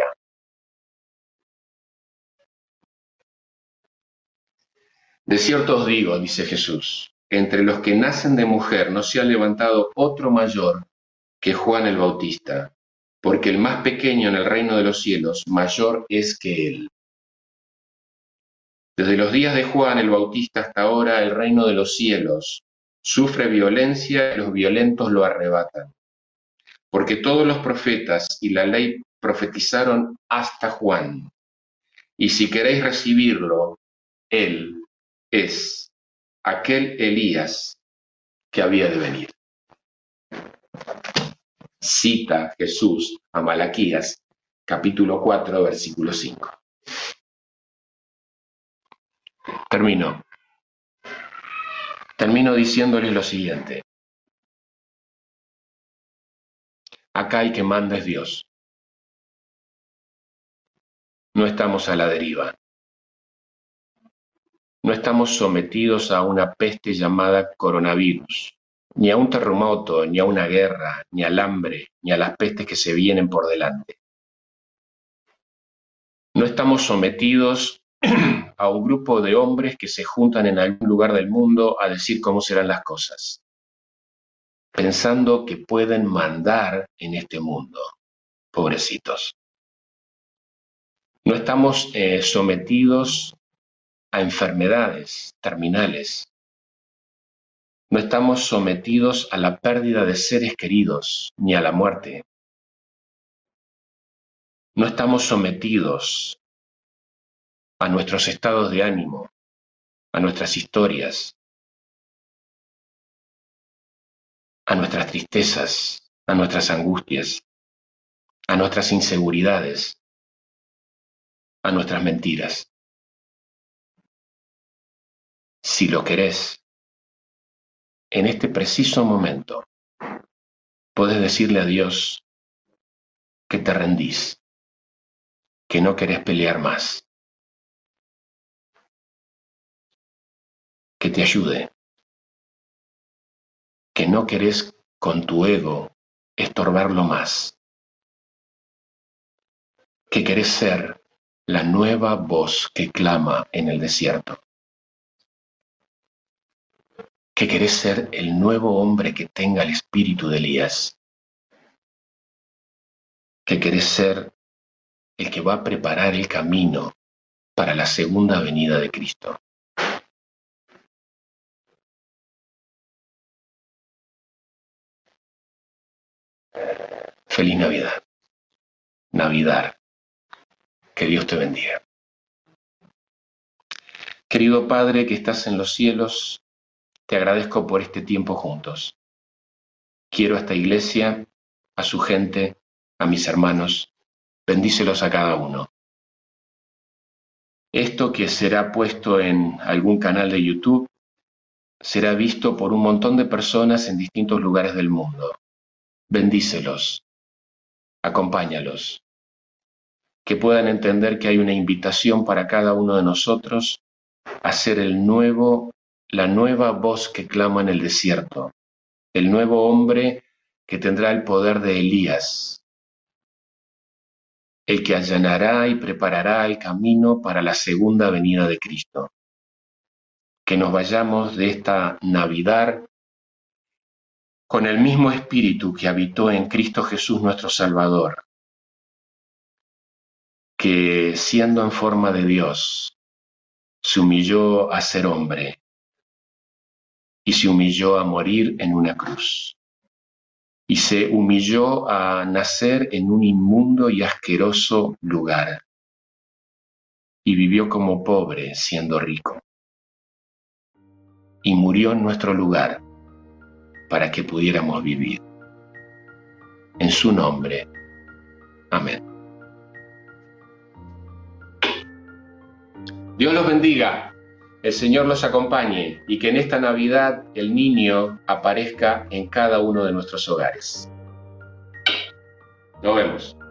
De cierto os digo, dice Jesús, entre los que nacen de mujer no se ha levantado otro mayor que Juan el Bautista, porque el más pequeño en el reino de los cielos mayor es que él. Desde los días de Juan el Bautista hasta ahora el reino de los cielos sufre violencia y los violentos lo arrebatan. Porque todos los profetas y la ley profetizaron hasta Juan. Y si queréis recibirlo, él es aquel Elías que había de venir. Cita Jesús a Malaquías, capítulo 4, versículo 5. Termino diciéndoles lo siguiente. Acá el que manda es Dios. No estamos a la deriva. No estamos sometidos a una peste llamada coronavirus, ni a un terremoto, ni a una guerra, ni al hambre, ni a las pestes que se vienen por delante. No estamos sometidos a un grupo de hombres que se juntan en algún lugar del mundo a decir cómo serán las cosas, pensando que pueden mandar en este mundo. Pobrecitos. No estamos sometidos a enfermedades terminales. No estamos sometidos a la pérdida de seres queridos, ni a la muerte. No estamos sometidos a nuestros estados de ánimo, a nuestras historias, a nuestras tristezas, a nuestras angustias, a nuestras inseguridades, a nuestras mentiras. Si lo querés, en este preciso momento, podés decirle a Dios que te rendís, que no querés pelear más, que te ayude, que no querés con tu ego estorbarlo más, que querés ser la nueva voz que clama en el desierto, que querés ser el nuevo hombre que tenga el espíritu de Elías, que querés ser el que va a preparar el camino para la segunda venida de Cristo. Feliz Navidad. Navidad. Que Dios te bendiga. Querido Padre que estás en los cielos, te agradezco por este tiempo juntos. Quiero a esta iglesia, a su gente, a mis hermanos, bendícelos a cada uno. Esto que será puesto en algún canal de YouTube será visto por un montón de personas en distintos lugares del mundo. Bendícelos, Acompáñalos, que puedan entender que hay una invitación para cada uno de nosotros a ser la nueva voz que clama en el desierto, el nuevo hombre que tendrá el poder de Elías, el que allanará y preparará el camino para la segunda venida de Cristo. Que nos vayamos de esta Navidad con el mismo espíritu que habitó en Cristo Jesús nuestro Salvador, que siendo en forma de Dios, se humilló a ser hombre y se humilló a morir en una cruz. Y se humilló a nacer en un inmundo y asqueroso lugar. Y vivió como pobre siendo rico. Y murió en nuestro lugar para que pudiéramos vivir. En su nombre. Amén. Dios los bendiga. El Señor los acompañe y que en esta Navidad el niño aparezca en cada uno de nuestros hogares. Nos vemos.